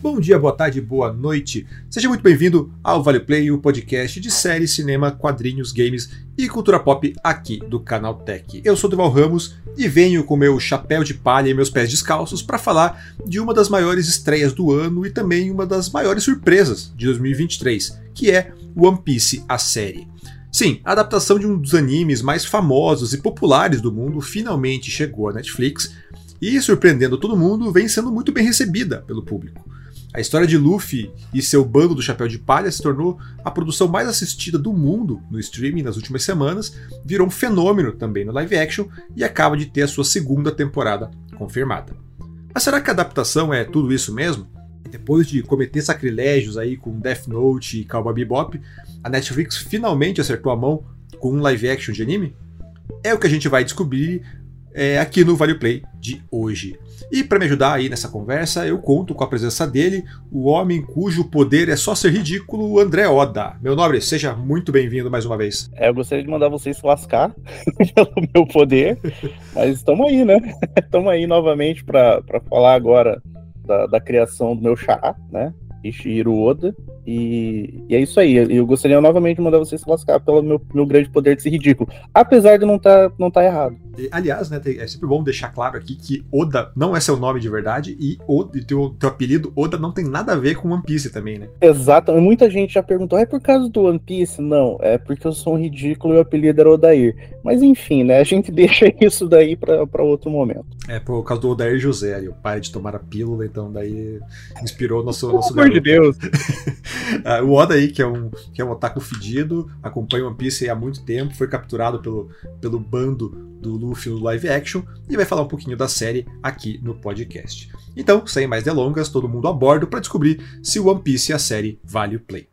Bom dia, boa tarde, boa noite. Seja muito bem-vindo ao Vale Play, o podcast de séries, cinema, quadrinhos, games e cultura pop aqui do Canal Tech. Eu sou Durval Ramos e venho com meu chapéu de palha e meus pés descalços para falar de uma das maiores estreias do ano e também uma das maiores surpresas de 2023, que é One Piece, a série. Sim, a adaptação de um dos animes mais famosos e populares do mundo finalmente chegou à Netflix e, surpreendendo todo mundo, vem sendo muito bem recebida pelo público. A história de Luffy e seu bando do Chapéu de Palha se tornou a produção mais assistida do mundo no streaming nas últimas semanas, virou um fenômeno também no live action e acaba de ter a sua segunda temporada confirmada. Mas será que a adaptação é tudo isso mesmo? Depois de cometer sacrilégios aí com Death Note e Cowboy Bebop, a Netflix finalmente acertou a mão com um live action de anime? É o que a gente vai descobrir aqui no Vale Play de hoje. E para me ajudar aí nessa conversa, eu conto com a presença dele, o homem cujo poder é só ser ridículo, André Oda. Meu nobre, seja muito bem-vindo mais uma vez. Eu gostaria de mandar vocês se lascar pelo meu poder, mas estamos aí, né? Estamos aí novamente para falar agora da criação do meu xará, né? Eiichiro Oda, e é isso aí. Eu gostaria novamente de mandar vocês se lascar pelo meu grande poder de ser ridículo, apesar de não tá errado. Aliás, né, é sempre bom deixar claro aqui que Oda não é seu nome de verdade e teu apelido Oda não tem nada a ver com One Piece também, né? Exato, muita gente já perguntou, é por causa do One Piece? Não, é porque eu sou um ridículo e o apelido era Odair. Mas enfim, né, a gente deixa isso daí pra outro momento. É por causa do Odair José, ali, o pai de tomar a pílula, então daí inspirou o nosso garoto. Pelo amor de Deus! O Oda aí, que é um otaku fedido, acompanha One Piece há muito tempo, foi capturado pelo bando do Luffy no live action e vai falar um pouquinho da série aqui no podcast. Então, sem mais delongas, todo mundo a bordo para descobrir se One Piece e a série vale o play.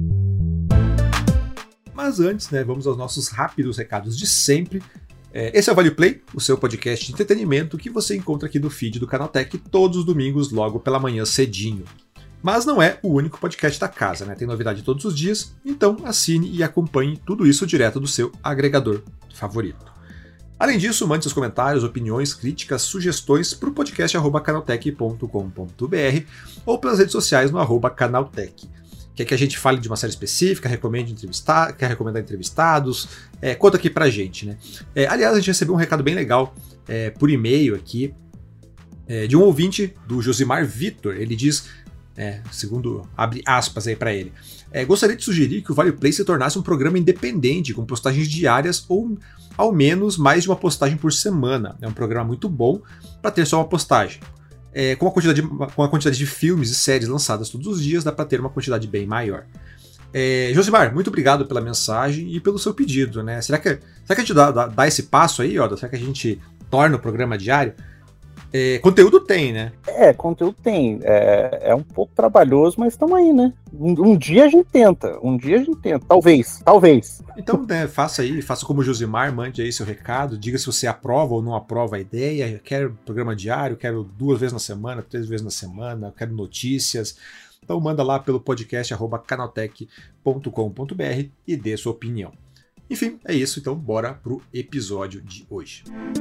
Mas antes, né, vamos aos nossos rápidos recados de sempre. Esse é o Vale Play, o seu podcast de entretenimento que você encontra aqui no feed do Canal Tech todos os domingos, logo pela manhã cedinho. Mas não é o único podcast da casa, né? Tem novidade todos os dias, então assine e acompanhe tudo isso direto do seu agregador favorito. Além disso, mande seus comentários, opiniões, críticas, sugestões para o podcast @canaltech.com.br ou pelas redes sociais no @canaltech. Quer que a gente fale de uma série específica, quer recomendar entrevistados, conta aqui pra gente, né? Aliás, a gente recebeu um recado bem legal por e-mail aqui de um ouvinte, do Josimar Vitor. Ele diz, segundo abre aspas aí pra ele, gostaria de sugerir que o Vale Play se tornasse um programa independente, com postagens diárias ou ao menos mais de uma postagem por semana. É um programa muito bom para ter só uma postagem. Com a quantidade de filmes e séries lançadas todos os dias, dá para ter uma quantidade bem maior. Josimar, muito obrigado pela mensagem e pelo seu pedido, né? Será que a gente dá esse passo aí, Oda? Será que a gente torna o programa diário? Conteúdo tem, né? Conteúdo tem. É um pouco trabalhoso, mas estamos aí, né? Um dia a gente tenta. Talvez. Então, né, faça como o Josimar, mande aí seu recado, diga se você aprova ou não aprova a ideia. Quero programa diário, quero 2 vezes na semana, 3 vezes na semana, quero notícias. Então manda lá pelo podcast @canaltech.com.br e dê sua opinião. Enfim, é isso. Então bora pro episódio de hoje.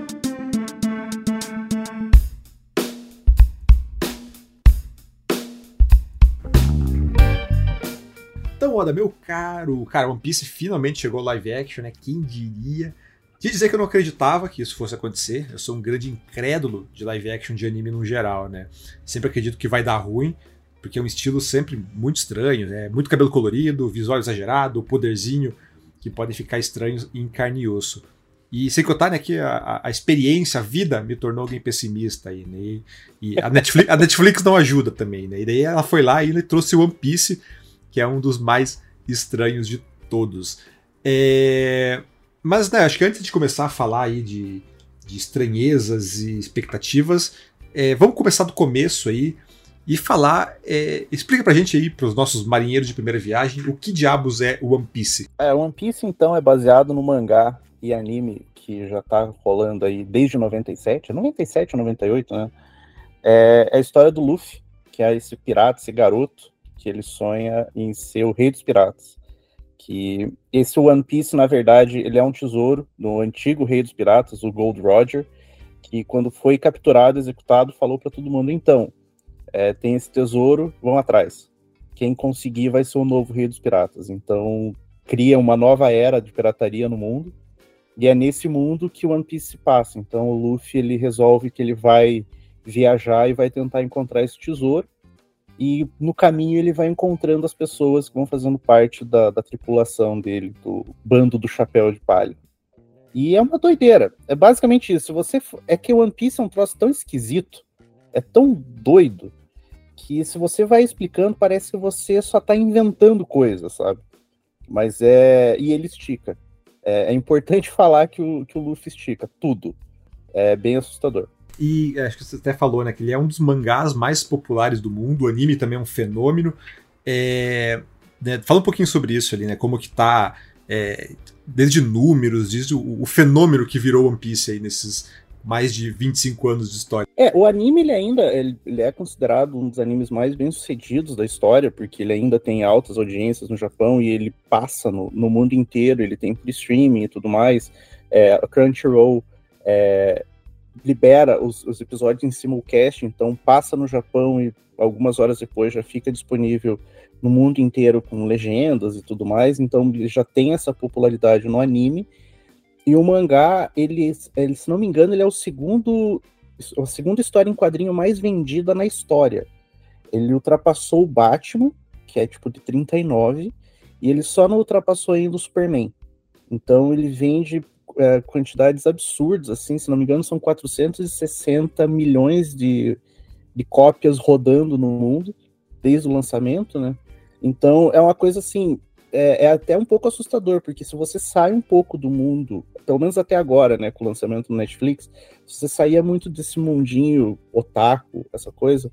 Então, Oda, meu caro, One Piece finalmente chegou ao live action, né? Quem diria? De dizer que eu não acreditava que isso fosse acontecer. Eu sou um grande incrédulo de live action de anime no geral, né? Sempre acredito que vai dar ruim, porque é um estilo sempre muito estranho, né? Muito cabelo colorido, visual exagerado, poderzinho que podem ficar estranhos em carne e osso. E sem contar, né, que a experiência, a vida me tornou alguém pessimista aí, né? E a Netflix não ajuda também, né? E daí ela foi lá e trouxe One Piece, que é um dos mais estranhos de todos. Mas, né, acho que antes de começar a falar aí de estranhezas e expectativas, vamos começar do começo aí e falar, explica pra gente aí, pros nossos marinheiros de primeira viagem, o que diabos é o One Piece? One Piece, então, é baseado no mangá e anime que já tá rolando aí desde 97 ou 98, né? É a história do Luffy, que é esse pirata, esse garoto, que ele sonha em ser o rei dos piratas. Que esse One Piece, na verdade, ele é um tesouro do antigo rei dos piratas, o Gold Roger, que quando foi capturado, executado, falou para todo mundo, então, tem esse tesouro, vão atrás. Quem conseguir vai ser o novo rei dos piratas. Então, cria uma nova era de pirataria no mundo, e é nesse mundo que o One Piece se passa. Então, o Luffy, ele resolve que ele vai viajar e vai tentar encontrar esse tesouro, e no caminho ele vai encontrando as pessoas que vão fazendo parte da tripulação dele, do bando do Chapéu de Palha. E é uma doideira. É basicamente isso. É que o One Piece é um troço tão esquisito, é tão doido, que se você vai explicando, parece que você só tá inventando coisas, sabe? Mas e ele estica. É importante falar que o Luffy estica tudo. É bem assustador. E acho que você até falou, né, que ele é um dos mangás mais populares do mundo, o anime também é um fenômeno. Né, fala um pouquinho sobre isso ali, né, como que tá, desde números, desde o fenômeno que virou One Piece aí nesses mais de 25 anos de história. O anime, ele é considerado um dos animes mais bem-sucedidos da história, porque ele ainda tem altas audiências no Japão e ele passa no mundo inteiro, ele tem por streaming e tudo mais. A Crunchyroll libera os episódios em simulcast, então passa no Japão e algumas horas depois já fica disponível no mundo inteiro com legendas e tudo mais, então ele já tem essa popularidade no anime. E o mangá, ele, se não me engano, ele é a segunda história em quadrinho mais vendida na história. Ele ultrapassou o Batman, que é tipo de 39, e ele só não ultrapassou ainda o Superman. Então ele vende quantidades absurdas, assim, se não me engano, são 460 milhões de cópias rodando no mundo, desde o lançamento, né? Então é uma coisa assim, é até um pouco assustador, porque se você sai um pouco do mundo, pelo menos até agora, né, com o lançamento do Netflix, se você saía muito desse mundinho otaku, essa coisa,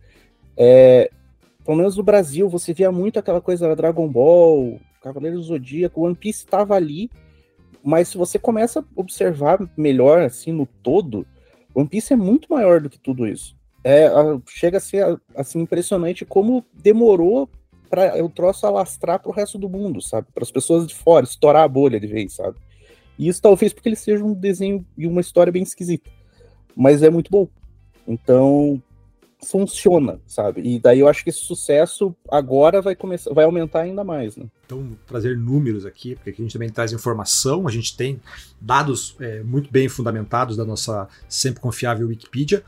pelo menos no Brasil, você via muito aquela coisa da Dragon Ball, Cavaleiro do Zodíaco, One Piece estava ali, mas se você começa a observar melhor, assim, no todo, One Piece é muito maior do que tudo isso. Chega a ser, assim, impressionante como demorou para o troço alastrar para o resto do mundo, sabe? Para as pessoas de fora, estourar a bolha de vez, sabe? E isso talvez porque ele seja um desenho e uma história bem esquisita. Mas é muito bom. Então, funciona, sabe? E daí eu acho que esse sucesso agora vai aumentar ainda mais, né? Então, trazer números aqui, porque aqui a gente também traz informação, a gente tem dados muito bem fundamentados da nossa sempre confiável Wikipedia.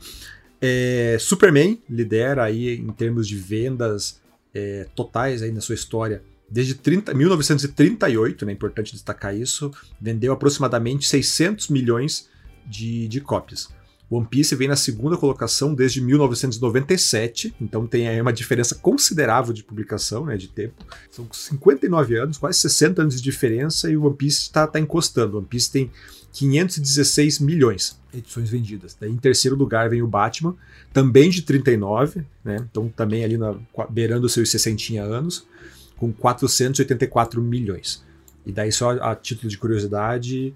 Superman lidera aí em termos de vendas totais aí na sua história desde 1938, né, é importante destacar isso, vendeu aproximadamente 600 milhões de cópias. One Piece vem na segunda colocação desde 1997, então tem aí uma diferença considerável de publicação, né, de tempo. São 59 anos, quase 60 anos de diferença, e o One Piece está encostando. O One Piece tem 516 milhões de edições vendidas. Daí, em terceiro lugar vem o Batman, também de 39, né, então também ali beirando os seus 60 anos, com 484 milhões. E daí, só a título de curiosidade,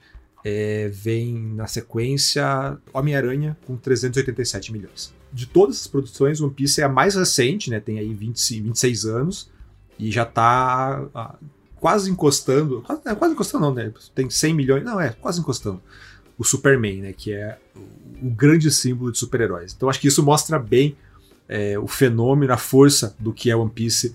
vem na sequência Homem-Aranha com 387 milhões. De todas as produções, One Piece é a mais recente, né? Tem aí 26 anos e já está quase encostando, quase encostando não, né? Tem 100 milhões, não, quase encostando o Superman, né? Que é o grande símbolo de super-heróis. Então acho que isso mostra bem o fenômeno, a força do que é One Piece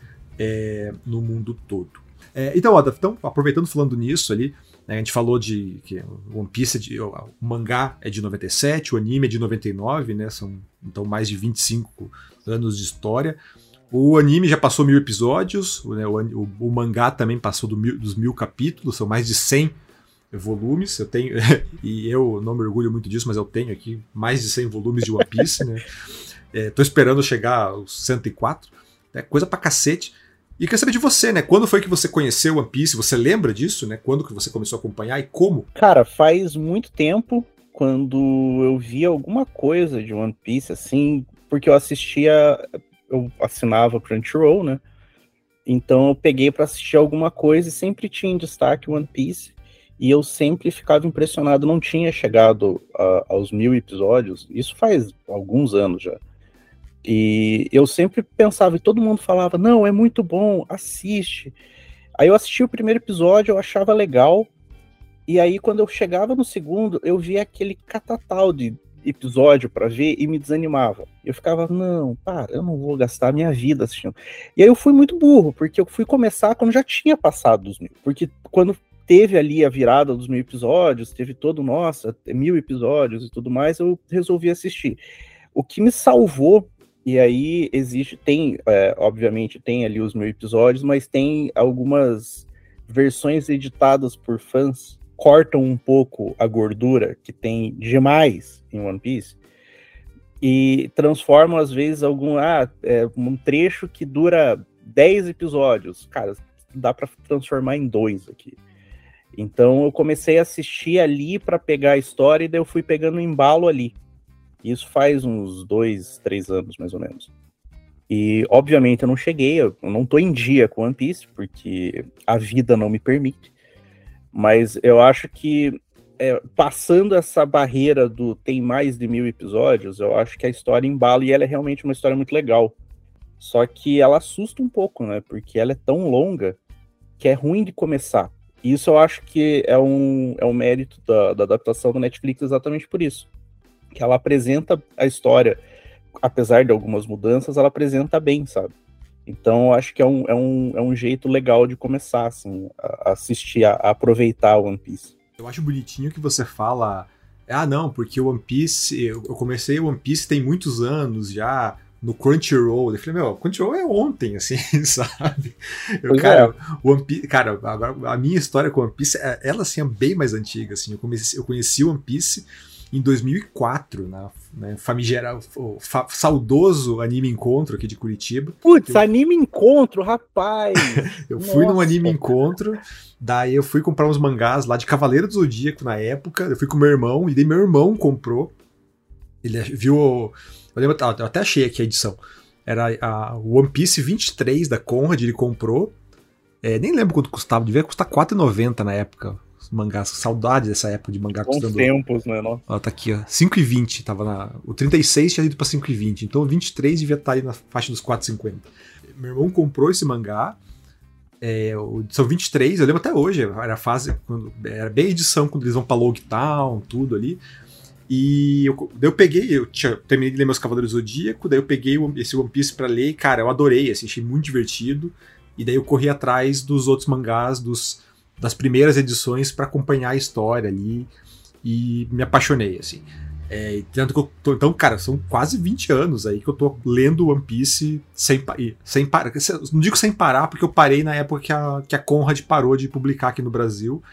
no mundo todo. Então, aproveitando, falando nisso ali, a gente falou de que o One Piece, o mangá é de 97, o anime é de 99, né? São então mais de 25 anos de história. O anime já passou 1000 episódios, né? O mangá também passou dos 1000 capítulos, são mais de 100 volumes. Eu tenho, e eu não me orgulho muito disso, mas eu tenho aqui mais de 100 volumes de One Piece, né? Tô esperando chegar aos 104, coisa pra cacete. E queria saber de você, né? Quando foi que você conheceu One Piece? Você lembra disso, né? Quando que você começou a acompanhar e como? Cara, faz muito tempo, quando eu vi alguma coisa de One Piece, assim, porque eu assinava Crunchyroll, né? Então eu peguei pra assistir alguma coisa e sempre tinha em destaque One Piece. E eu sempre ficava impressionado, não tinha chegado aos 1000 episódios. Isso faz alguns anos já. E eu sempre pensava, e todo mundo falava, não, é muito bom, assiste. Aí eu assisti o primeiro episódio, eu achava legal, e aí quando eu chegava no segundo, eu via aquele catatal de episódio pra ver e me desanimava. Eu ficava, não, para, eu não vou gastar minha vida assistindo. E aí eu fui muito burro, porque eu fui começar quando já tinha passado dos 1000. Porque quando teve ali a virada dos 1000 episódios, teve todo, nossa, 1000 episódios e tudo mais, eu resolvi assistir. O que me salvou, e aí obviamente tem ali os 1000 episódios, mas tem algumas versões editadas por fãs, cortam um pouco a gordura que tem demais em One Piece e transformam às vezes um trecho que dura 10 episódios. Cara, dá para transformar em 2 aqui. Então eu comecei a assistir ali para pegar a história e daí eu fui pegando o embalo ali. Isso faz uns 2, 3 anos mais ou menos. E obviamente eu não tô em dia com One Piece porque a vida não me permite. Mas eu acho que passando essa barreira do tem mais de 1000 episódios, eu acho que a história embala e ela é realmente uma história muito legal. Só que ela assusta um pouco, né? Porque ela é tão longa que é ruim de começar. E isso eu acho que é um mérito da adaptação da Netflix exatamente por isso. Que ela apresenta a história, apesar de algumas mudanças, ela apresenta bem, sabe? Então, eu acho que é um jeito legal de começar, assim, a assistir, a aproveitar o One Piece. Eu acho bonitinho que você fala, não, porque o One Piece, eu comecei o One Piece tem muitos anos já, no Crunchyroll. Eu falei, Crunchyroll é ontem, assim, sabe? O One Piece, cara, a minha história com o One Piece, ela, assim, é bem mais antiga, assim, eu conheci o One Piece em 2004, né, famigerado, saudoso Anime Encontro aqui de Curitiba. Putz, Anime Encontro, rapaz! Eu fui num Anime Encontro, daí eu fui comprar uns mangás lá de Cavaleiro do Zodíaco na época, eu fui com meu irmão, e daí meu irmão comprou, ele viu, eu até achei aqui a edição, era o One Piece 23 da Conrad, ele comprou, nem lembro quanto custava, devia custar R$4,90 na época. Mangás, saudade dessa época de mangá custando. Bons tempos, né? Ó, tá aqui, ó. 5,20. O 36 tinha ido pra 5,20. Então o 23 devia estar aí na faixa dos 4,50. Meu irmão comprou esse mangá. São 23, eu lembro até hoje. Era a fase. Era bem a edição quando eles vão pra Log Town, tudo ali. E daí eu peguei, terminei de ler meus Cavaleiros do Zodíaco, daí eu peguei esse One Piece pra ler e, cara, eu adorei, assim, achei muito divertido. E daí eu corri atrás dos outros mangás, das primeiras edições para acompanhar a história ali e me apaixonei, assim. Tanto que eu tô, então, cara, são quase 20 anos aí que eu tô lendo One Piece sem parar. Não digo sem parar, porque eu parei na época que a Conrad parou de publicar aqui no Brasil.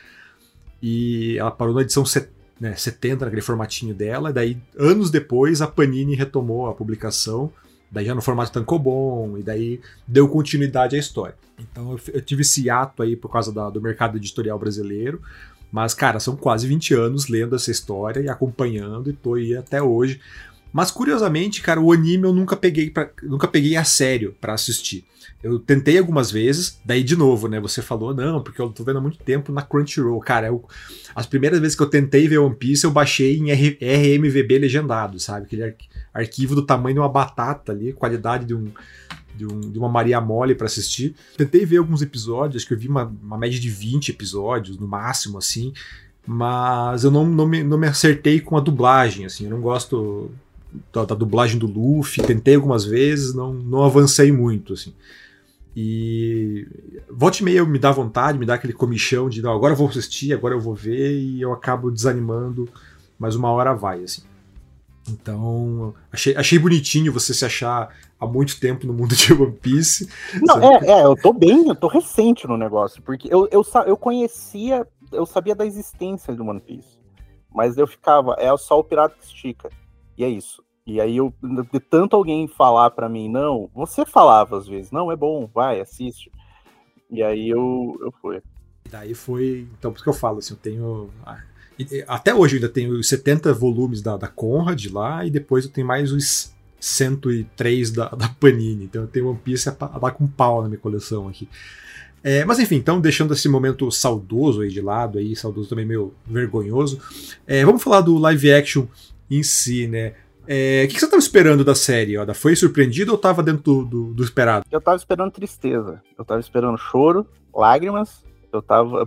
E ela parou na edição 70, naquele formatinho dela. E daí, anos depois, a Panini retomou a publicação. Daí já no formato tankobon, e daí deu continuidade à história. Então eu tive esse ato aí por causa do mercado editorial brasileiro, mas, cara, são quase 20 anos lendo essa história e acompanhando, e tô aí até hoje. Mas, curiosamente, cara, o anime eu nunca peguei a sério pra assistir. Eu tentei algumas vezes, daí de novo, né, você falou, não, porque eu tô vendo há muito tempo na Crunchyroll. Cara, as primeiras vezes que eu tentei ver One Piece, eu baixei em RMVB legendado, sabe? Aquele arquivo do tamanho de uma batata ali, qualidade de uma Maria Mole pra assistir. Tentei ver alguns episódios, acho que eu vi uma média de 20 episódios, no máximo, assim, mas eu não me acertei com a dublagem, assim, eu não gosto da dublagem do Luffy, tentei algumas vezes, não avancei muito, assim. E volta e meia me dá vontade, me dá aquele comichão de, não, agora eu vou assistir, agora eu vou ver, e eu acabo desanimando, mas uma hora vai, assim. Então, achei bonitinho você se achar há muito tempo no mundo de One Piece. Não, eu tô recente no negócio, porque eu conhecia, eu sabia da existência do One Piece, mas eu ficava, é só o pirata que estica, e é isso. E aí, de tanto alguém falar pra mim, não, você falava às vezes, não, é bom, vai, assiste. E aí eu fui. Daí foi, então, por isso que eu falo, assim, eu tenho... Até hoje eu ainda tenho os 70 volumes da Conrad lá, e depois eu tenho mais os 103 da Panini. Então eu tenho One Piece a dar com pau na minha coleção aqui. Mas enfim, então deixando esse momento saudoso aí de lado, aí, saudoso também meio vergonhoso, vamos falar do live action em si, né? O que você estava esperando da série, Oda? Foi surpreendido ou estava dentro do esperado? Eu estava esperando tristeza, eu estava esperando choro, lágrimas,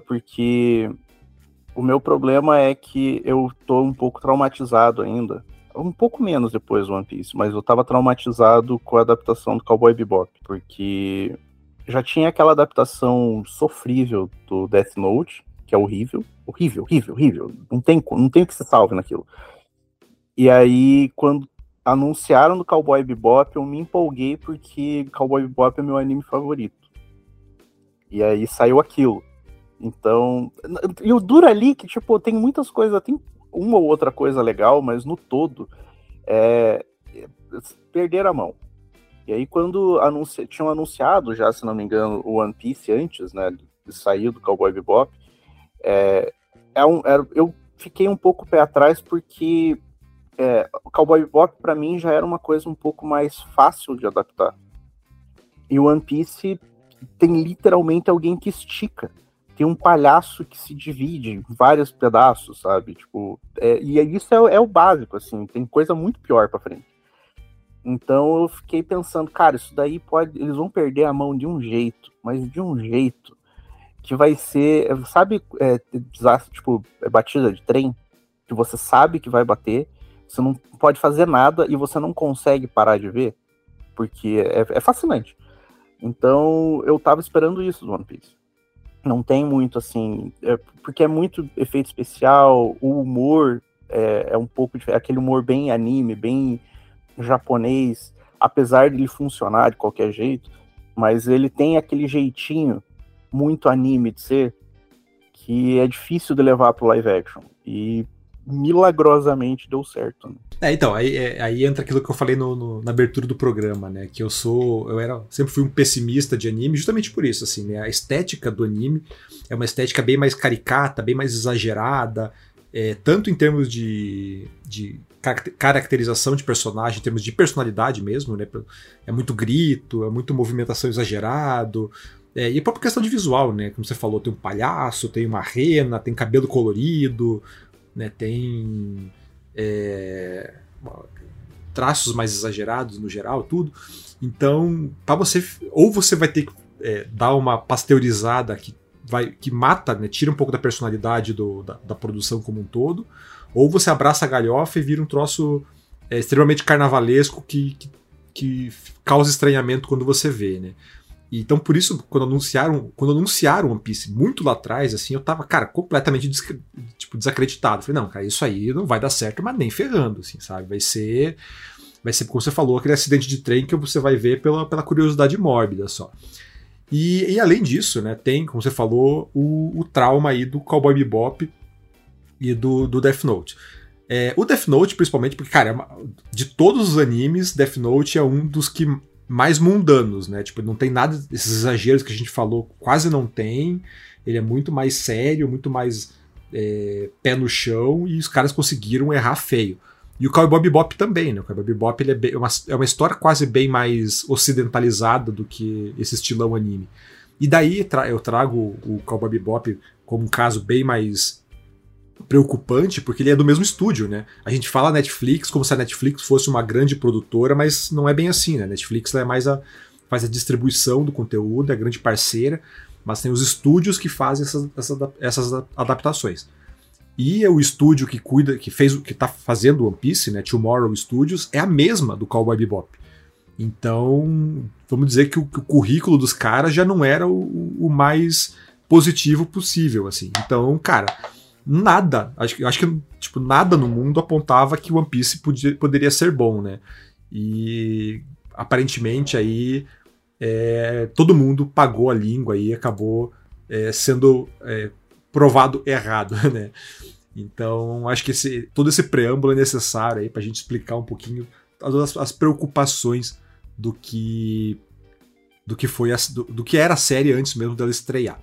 porque o meu problema é que eu tô um pouco traumatizado ainda um pouco menos depois do One Piece, mas eu tava traumatizado com a adaptação do Cowboy Bebop, porque já tinha aquela adaptação sofrível do Death Note, que é horrível. Horrível. Não tem o que se salve naquilo. E aí, quando anunciaram do Cowboy Bebop, eu me empolguei porque Cowboy Bebop é meu anime favorito. E aí saiu aquilo. Então, e o duro ali que, tipo, tem muitas coisas, tem uma ou outra coisa legal, mas no todo, perderam a mão. E aí, quando tinham anunciado já, se não me engano, o One Piece antes, né, de sair do Cowboy Bebop, eu fiquei um pouco pé atrás porque o Cowboy Bebop, pra mim, já era uma coisa um pouco mais fácil de adaptar. E o One Piece tem literalmente alguém que estica. Tem um palhaço que se divide em vários pedaços, sabe? Tipo, e isso é o básico, assim. Tem coisa muito pior pra frente. Então eu fiquei pensando, cara, isso daí eles vão perder a mão de um jeito, mas de um jeito que vai ser, sabe, desastre, tipo, batida de trem, que você sabe que vai bater, você não pode fazer nada e você não consegue parar de ver, porque é fascinante. Então eu tava esperando isso do One Piece. Não tem muito, assim, porque é muito efeito especial, o humor é um pouco diferente, aquele humor bem anime, bem japonês, apesar de ele funcionar de qualquer jeito, mas ele tem aquele jeitinho muito anime de ser, que é difícil de levar pro live action, e milagrosamente deu certo, né? Então, aí entra aquilo que eu falei na abertura do programa, né? Que sempre fui um pessimista de anime, justamente por isso, assim, né? A estética do anime é uma estética bem mais caricata, bem mais exagerada, tanto em termos de caracterização de personagem, em termos de personalidade mesmo, né? É muito grito, é muito movimentação exagerado, e a própria questão de visual, né? Como você falou, tem um palhaço, tem uma rena, tem cabelo colorido, né, tem traços mais exagerados no geral, tudo. Então, para você, ou você vai ter que dar uma pasteurizada que mata, né, tira um pouco da personalidade da produção como um todo, ou você abraça a galhofa e vira um troço extremamente carnavalesco que causa estranhamento quando você vê, né? Então, por isso, quando anunciaram One Piece muito lá atrás, assim, eu tava, cara, completamente desacreditado. Falei, não, cara, isso aí não vai dar certo, mas nem ferrando, assim, sabe? Vai ser, como você falou, aquele acidente de trem que você vai ver pela curiosidade mórbida só. E além disso, né, tem, como você falou, o trauma aí do Cowboy Bebop e do Death Note. O Death Note, principalmente, porque, cara, de todos os animes, Death Note é um dos que mais mundanos, né? Tipo, não tem nada desses exageros que a gente falou, quase não tem. Ele é muito mais sério, muito mais pé no chão, e os caras conseguiram errar feio. E o Cowboy Bebop também, né? O Cowboy Bebop ele é uma história quase bem mais ocidentalizada do que esse estilão anime. E daí eu trago o Cowboy Bebop como um caso bem mais preocupante, porque ele é do mesmo estúdio, né? A gente fala Netflix como se a Netflix fosse uma grande produtora, mas não é bem assim, né? A Netflix faz a distribuição do conteúdo, é a grande parceira, mas tem os estúdios que fazem essas adaptações. E o estúdio que tá fazendo One Piece, né, Tomorrow Studios, é a mesma do Cowboy Bebop. Então, vamos dizer que o currículo dos caras já não era o mais positivo possível, assim. Então, cara, nada, acho que tipo, nada no mundo apontava que One Piece poderia ser bom, né? E aparentemente aí todo mundo pagou a língua e acabou sendo provado errado, né? Então acho que todo esse preâmbulo é necessário aí pra gente explicar um pouquinho as preocupações do que era a série antes mesmo dela estrear.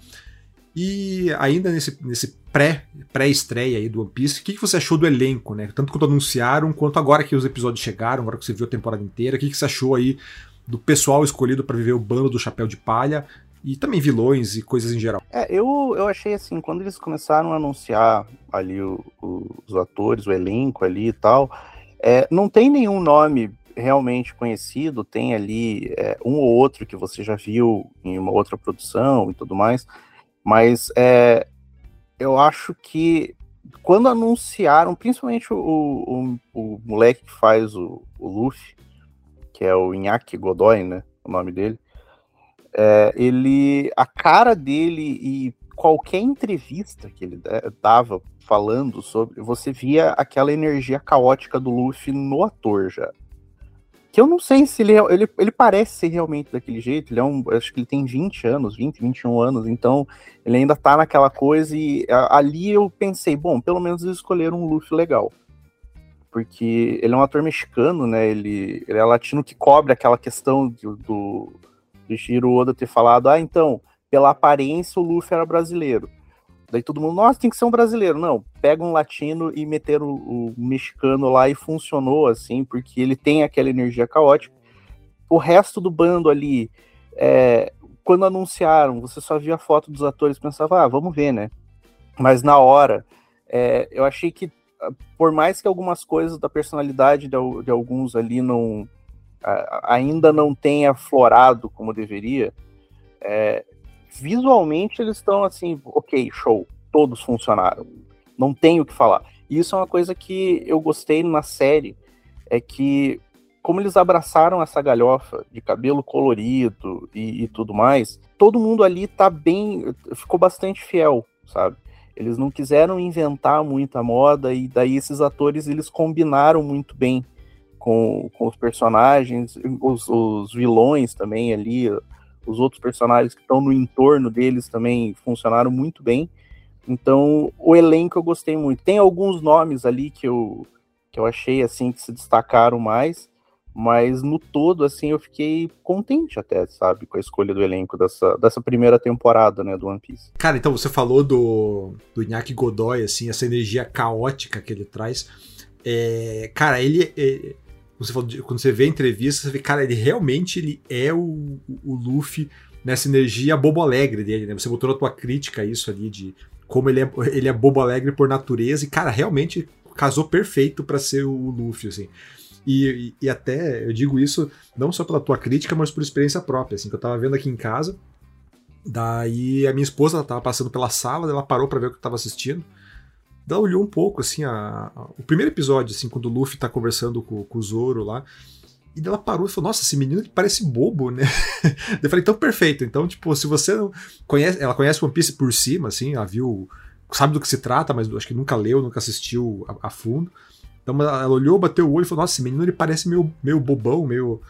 E ainda nesse pré-estreia aí do One Piece, o que você achou do elenco, né? Tanto quando anunciaram, quanto agora que os episódios chegaram, agora que você viu a temporada inteira, o que você achou aí do pessoal escolhido para viver o bando do Chapéu de Palha e também vilões e coisas em geral? Eu achei assim, quando eles começaram a anunciar ali os atores, o elenco ali e tal, não tem nenhum nome realmente conhecido, tem ali um ou outro que você já viu em uma outra produção e tudo mais, mas eu acho que quando anunciaram, principalmente o moleque que faz o Luffy, que é o Iñaki Godoy, né, o nome dele, a cara dele e qualquer entrevista que ele dava falando sobre, você via aquela energia caótica do Luffy no ator já. Que eu não sei se ele parece ser realmente daquele jeito, acho que ele tem 20 anos, 20, 21 anos, então ele ainda tá naquela coisa e ali eu pensei, bom, pelo menos eles escolheram um Luffy legal. Porque ele é um ator mexicano, né, ele é latino, que cobre aquela questão do Shiro Oda ter falado, então, pela aparência o Luffy era brasileiro. Daí todo mundo, nossa, tem que ser um brasileiro. Não, pega um latino e meter o mexicano lá e funcionou, assim, porque ele tem aquela energia caótica. O resto do bando ali, quando anunciaram, você só via a foto dos atores e pensava, vamos ver, né? Mas na hora, eu achei que, por mais que algumas coisas da personalidade de alguns ali ainda não tenha florado como deveria, visualmente eles estão assim, ok, show, todos funcionaram, não tenho o que falar. E isso é uma coisa que eu gostei na série, é que como eles abraçaram essa galhofa de cabelo colorido e tudo mais, todo mundo ali ficou bastante fiel, sabe? Eles não quiseram inventar muita moda e daí esses atores, eles combinaram muito bem com os personagens, os vilões também ali, os outros personagens que estão no entorno deles também funcionaram muito bem. Então, o elenco eu gostei muito. Tem alguns nomes ali que eu achei, assim, que se destacaram mais, mas no todo, assim, eu fiquei contente até, sabe, com a escolha do elenco dessa primeira temporada, né, do One Piece. Cara, então você falou do Iñaki Godoy, assim, essa energia caótica que ele traz. Cara, ele... Você falou quando você vê a entrevista, você vê, cara, ele realmente é o Luffy nessa energia bobo alegre dele, né? Você botou na tua crítica isso ali, de como ele é bobo alegre por natureza, e, cara, realmente casou perfeito pra ser o Luffy, assim. E até, eu digo isso não só pela tua crítica, mas por experiência própria, assim, que eu tava vendo aqui em casa, daí a minha esposa, ela tava passando pela sala, ela parou pra ver o que eu tava assistindo, ela olhou um pouco, assim, o primeiro episódio, assim, quando o Luffy tá conversando com o Zoro lá, e ela parou e falou, nossa, esse menino que parece bobo, né? Eu falei, então perfeito, então, tipo, se você não conhece, ela conhece One Piece por cima, assim, ela viu, sabe do que se trata, mas acho que nunca leu, nunca assistiu a fundo, então ela olhou, bateu o olho e falou, nossa, esse menino ele parece meio bobão, meio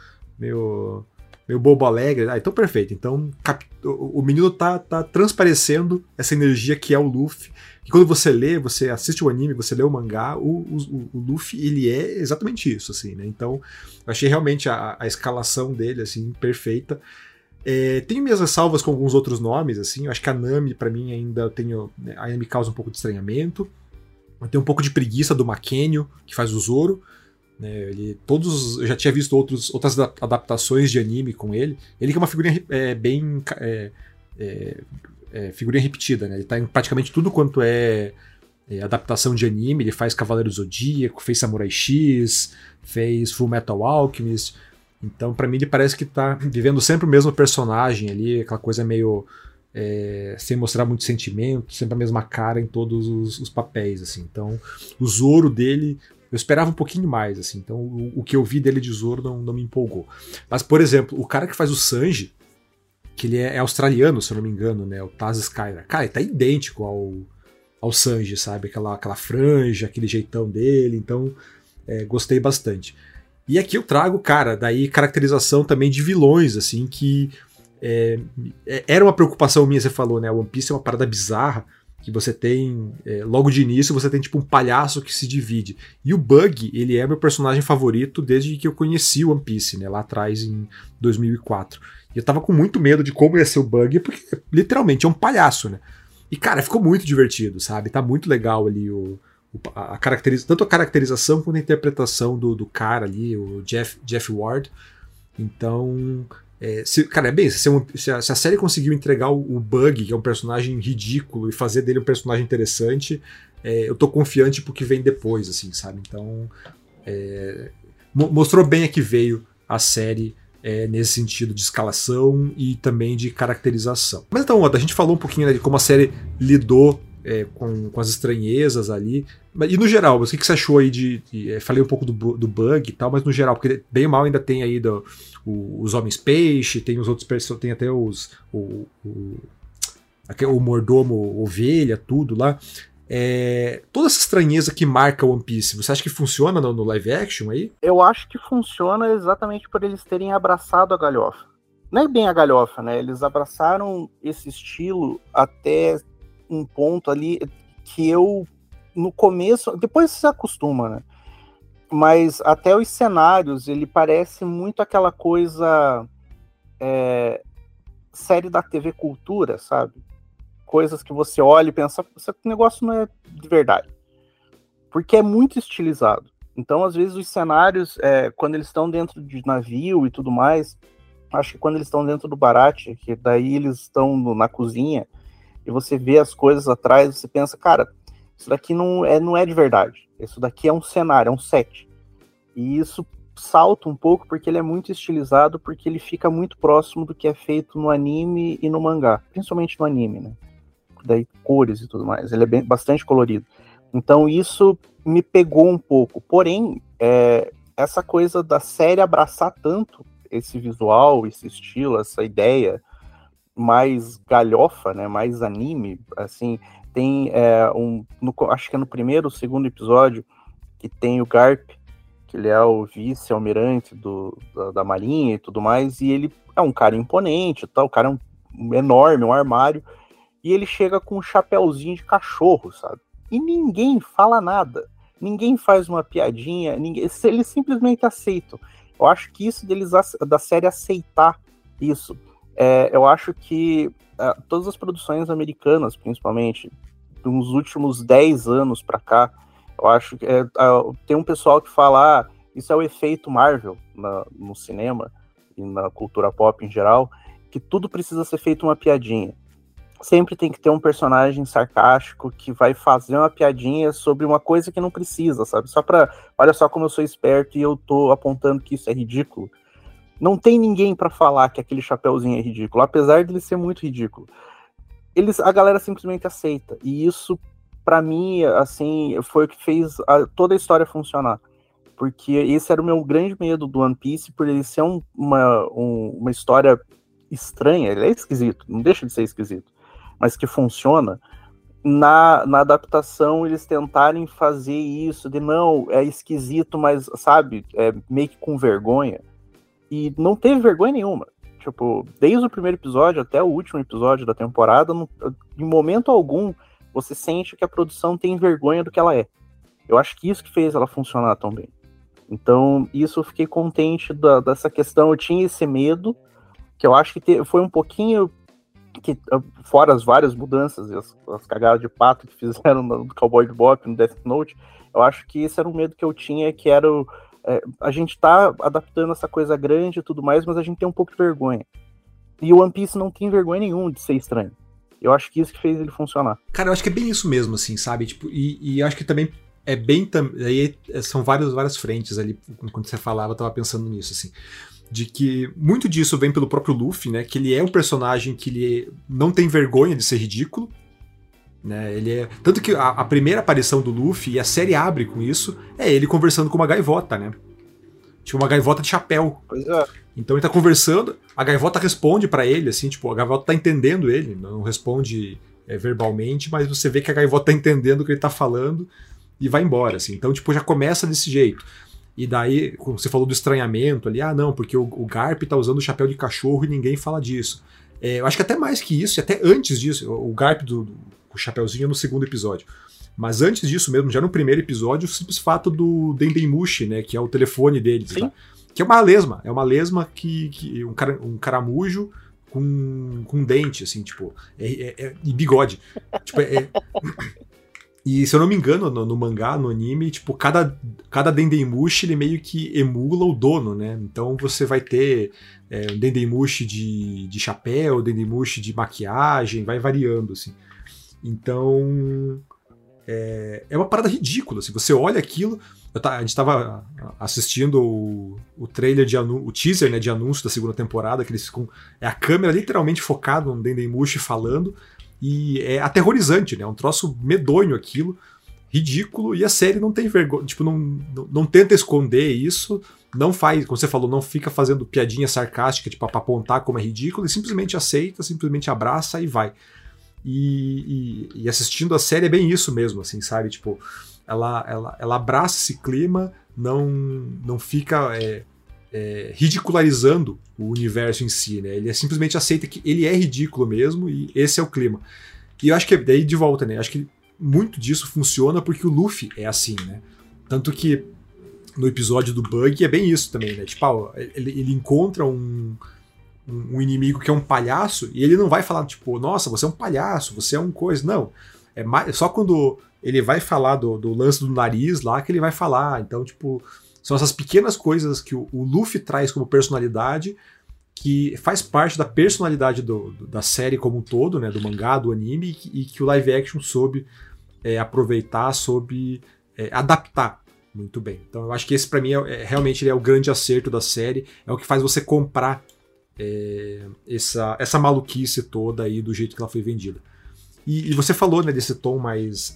bobo alegre. Então perfeito. Então o menino tá transparecendo essa energia que é o Luffy. E quando você lê, você assiste o anime, você lê o mangá, o Luffy, ele é exatamente isso, assim, né? Então eu achei realmente a escalação dele, assim, perfeita. Tenho minhas ressalvas com alguns outros nomes, assim. Eu acho que a Nami, pra mim, ainda me causa um pouco de estranhamento. Eu tenho um pouco de preguiça do Mackenio, que faz o Zoro. Eu já tinha visto outras adaptações de anime com ele. Ele que é uma figurinha figurinha repetida, né? Ele tá em praticamente tudo quanto é adaptação de anime. Ele faz Cavaleiro do Zodíaco, fez Samurai X, fez Full Metal Alchemist. Então, pra mim, ele parece que tá vivendo sempre o mesmo personagem ali, aquela coisa meio sem mostrar muito sentimento, sempre a mesma cara em todos os papéis, assim. Então, o Zoro dele, eu esperava um pouquinho mais, assim. Então, o que eu vi dele de Zoro não me empolgou. Mas, por exemplo, o cara que faz o Sanji, que ele é australiano, se eu não me engano, né? O Taz Skylar. Cara, ele tá idêntico ao Sanji, sabe? Aquela franja, aquele jeitão dele. Então, gostei bastante. E aqui eu trago, cara, daí caracterização também de vilões, assim, que era uma preocupação minha, você falou, né? One Piece é uma parada bizarra, que você tem, logo de início, você tem tipo um palhaço que se divide. E o Bug, ele é meu personagem favorito desde que eu conheci o One Piece, né? Lá atrás, em 2004. E eu tava com muito medo de como ia ser o Bug, porque literalmente é um palhaço, né? E, cara, ficou muito divertido, sabe? Tá muito legal ali tanto a caracterização quanto a interpretação do cara ali, o Jeff Ward. Então, se a série conseguiu entregar o Bug, que é um personagem ridículo, e fazer dele um personagem interessante, eu tô confiante pro que vem depois, assim, sabe? Então, mostrou bem a que veio a série nesse sentido de escalação e também de caracterização. Mas então, Oda, a gente falou um pouquinho, né, de como a série lidou com as estranhezas ali. E no geral, o que você achou aí falei um pouco do bug e tal, mas no geral, porque bem ou mal ainda tem aí os Homens Peixe, tem os outros personagens, tem até o mordomo ovelha, tudo lá. Toda essa estranheza que marca One Piece, você acha que funciona no live action aí? Eu acho que funciona exatamente por eles terem abraçado a galhofa. Não é bem a galhofa, né? Eles abraçaram esse estilo até um ponto ali que eu, no começo, depois você se acostuma, né? Mas até os cenários, ele parece muito aquela coisa série da TV Cultura, sabe? Coisas que você olha e pensa, esse negócio não é de verdade. Porque é muito estilizado. Então, às vezes, os cenários, quando eles estão dentro de navio e tudo mais, acho que quando eles estão dentro do Baratie, que daí eles estão na cozinha, e você vê as coisas atrás, você pensa, cara, isso daqui não é de verdade. Isso daqui é um cenário, é um set. E isso salta um pouco porque ele é muito estilizado, porque ele fica muito próximo do que é feito no anime e no mangá. Principalmente no anime, né? Daí cores e tudo mais. Ele é bastante colorido. Então isso me pegou um pouco. Porém, essa coisa da série abraçar tanto esse visual, esse estilo, essa ideia mais galhofa, né, mais anime, assim, tem acho que é no primeiro ou segundo episódio, que tem o Garp, que ele é o vice-almirante da Marinha e tudo mais, e ele é um cara imponente, tá? O cara é enorme, um armário, e ele chega com um chapéuzinho de cachorro, sabe? E ninguém fala nada, ninguém faz uma piadinha, eles simplesmente aceitam. Eu acho que isso da série aceitar isso, eu acho que todas as produções americanas, principalmente, dos últimos 10 anos pra cá, eu acho que tem um pessoal que fala, isso é o efeito Marvel no cinema e na cultura pop em geral, que tudo precisa ser feito uma piadinha. Sempre tem que ter um personagem sarcástico que vai fazer uma piadinha sobre uma coisa que não precisa, sabe? Olha só como eu sou esperto e eu tô apontando que isso é ridículo. Não tem ninguém pra falar que aquele chapéuzinho é ridículo, apesar de ele ser muito ridículo. A galera simplesmente aceita. E isso, pra mim, assim, foi o que fez toda a história funcionar. Porque esse era o meu grande medo do One Piece, por ele ser uma história estranha. Ele é esquisito, não deixa de ser esquisito, mas que funciona. Na adaptação, eles tentarem fazer isso de não, é esquisito, mas, sabe, meio que com vergonha. E não teve vergonha nenhuma. Tipo, desde o primeiro episódio até o último episódio da temporada, em momento algum, você sente que a produção tem vergonha do que ela é. Eu acho que isso que fez ela funcionar tão bem. Então, isso eu fiquei contente dessa questão. Eu tinha esse medo, que eu acho que foi um pouquinho, fora as várias mudanças e as cagadas de pato que fizeram no Cowboy Bebop, no Death Note, eu acho que esse era um medo que eu tinha, que era a gente tá adaptando essa coisa grande e tudo mais, mas a gente tem um pouco de vergonha. E o One Piece não tem vergonha nenhuma de ser estranho. Eu acho que isso que fez ele funcionar. Cara, eu acho que é bem isso mesmo, assim, sabe? Tipo, e eu acho que também é bem... Aí são várias frentes ali. Quando você falava, eu tava pensando nisso, assim. De que muito disso vem pelo próprio Luffy, né? Que ele é um personagem que ele não tem vergonha de ser ridículo. Né, tanto que a primeira aparição do Luffy, e a série abre com isso, é ele conversando com uma gaivota, né? Tipo, uma gaivota de chapéu. Pois é. Então ele tá conversando, a gaivota responde pra ele, assim, tipo, a gaivota tá entendendo ele, não responde verbalmente, mas você vê que a gaivota tá entendendo o que ele tá falando e vai embora, assim. Então, tipo, já começa desse jeito. E daí, como você falou do estranhamento ali, não, porque o Garp tá usando o chapéu de cachorro e ninguém fala disso. Eu acho que até mais que isso, e até antes disso, o Garp o chapeuzinho no segundo episódio. Mas antes disso mesmo, já no primeiro episódio, o simples fato do Dendemushi, né, que é o telefone deles, tá? Que é uma lesma que um caramujo com um dente, assim, tipo, e bigode. Tipo, e se eu não me engano, no mangá, no anime, tipo, cada Dendemushi, ele meio que emula o dono, né? Então você vai ter um Dendemushi de chapéu, Dendemushi de maquiagem, vai variando, assim. Então, é uma parada ridícula. Se você olha aquilo, a gente estava assistindo o trailer o teaser, né, de anúncio da segunda temporada, que eles ficam, a câmera literalmente focada no Dendemushi falando, e é aterrorizante, né? É um troço medonho aquilo, ridículo, e a série não tem vergonha, tipo, não tenta esconder isso, não faz, como você falou, não fica fazendo piadinha sarcástica, tipo, pra apontar como é ridículo, e simplesmente aceita, simplesmente abraça e vai. E assistindo a série é bem isso mesmo, assim, sabe? Tipo, ela abraça esse clima, não fica ridicularizando o universo em si, né? Ele simplesmente aceita que ele é ridículo mesmo, e esse é o clima. E eu acho que daí de volta, né? Acho que muito disso funciona porque o Luffy é assim, né? Tanto que no episódio do Bug é bem isso também, né? Tipo, ele encontra um inimigo que é um palhaço e ele não vai falar, tipo, nossa, você é um palhaço, você é um coisa. Não. Só quando ele vai falar do lance do nariz lá que ele vai falar. Então, tipo, são essas pequenas coisas que o Luffy traz como personalidade, que faz parte da personalidade da série como um todo, né? Do mangá, do anime, e que o live action soube aproveitar, soube adaptar muito bem. Então eu acho que esse pra mim realmente ele é o grande acerto da série, é o que faz você comprar essa maluquice toda aí do jeito que ela foi vendida. E você falou, né, desse tom mais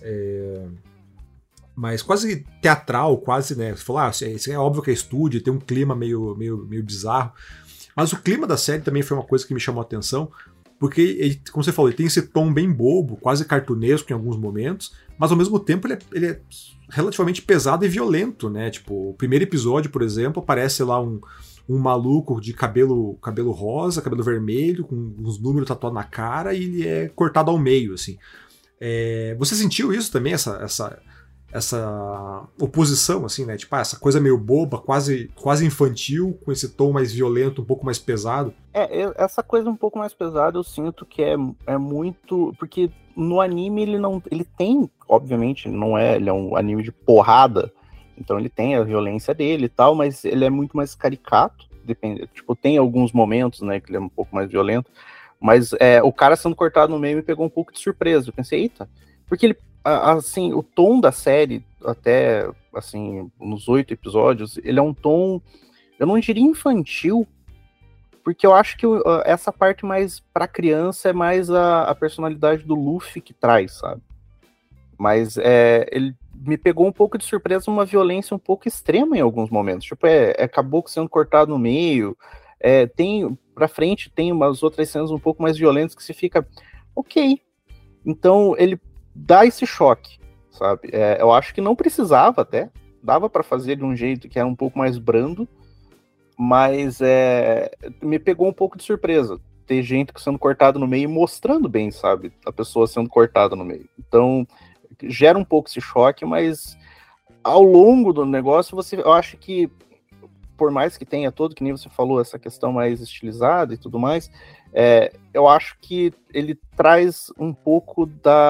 quase teatral, quase, né? Você falou, isso é óbvio que é estúdio, tem um clima meio bizarro. Mas o clima da série também foi uma coisa que me chamou a atenção, porque, ele, como você falou, ele tem esse tom bem bobo, quase cartunesco em alguns momentos, mas ao mesmo tempo ele é relativamente pesado e violento, né? Tipo, o primeiro episódio, por exemplo, aparece lá um maluco de cabelo rosa, cabelo vermelho, com uns números tatuados na cara, e ele é cortado ao meio, assim. Você sentiu isso também, essa oposição, assim, né? Tipo, essa coisa meio boba, quase infantil, com esse tom mais violento, um pouco mais pesado. Essa coisa um pouco mais pesada eu sinto que é muito... Porque no anime ele tem, obviamente, ele é um anime de porrada, então ele tem a violência dele e tal, mas ele é muito mais caricato, depende, tipo, tem alguns momentos, né, que ele é um pouco mais violento, mas o cara sendo cortado no meio me pegou um pouco de surpresa, eu pensei, eita, porque ele, assim, o tom da série, até, assim, nos 8 episódios, ele é um tom, eu não diria infantil, porque eu acho que essa parte mais pra criança é mais a personalidade do Luffy que traz, sabe? Mas ele me pegou um pouco de surpresa, uma violência um pouco extrema em alguns momentos. Tipo, acabou sendo cortado no meio. Pra frente tem umas outras cenas um pouco mais violentas que se fica, ok. Então ele dá esse choque, sabe? Eu acho que não precisava até. Dava pra fazer de um jeito que era um pouco mais brando, mas me pegou um pouco de surpresa ter gente sendo cortada no meio e mostrando bem, sabe? A pessoa sendo cortada no meio. Então gera um pouco esse choque, mas ao longo do negócio, eu acho que, por mais que tenha todo, que nem você falou, essa questão mais estilizada e tudo mais, eu acho que ele traz um pouco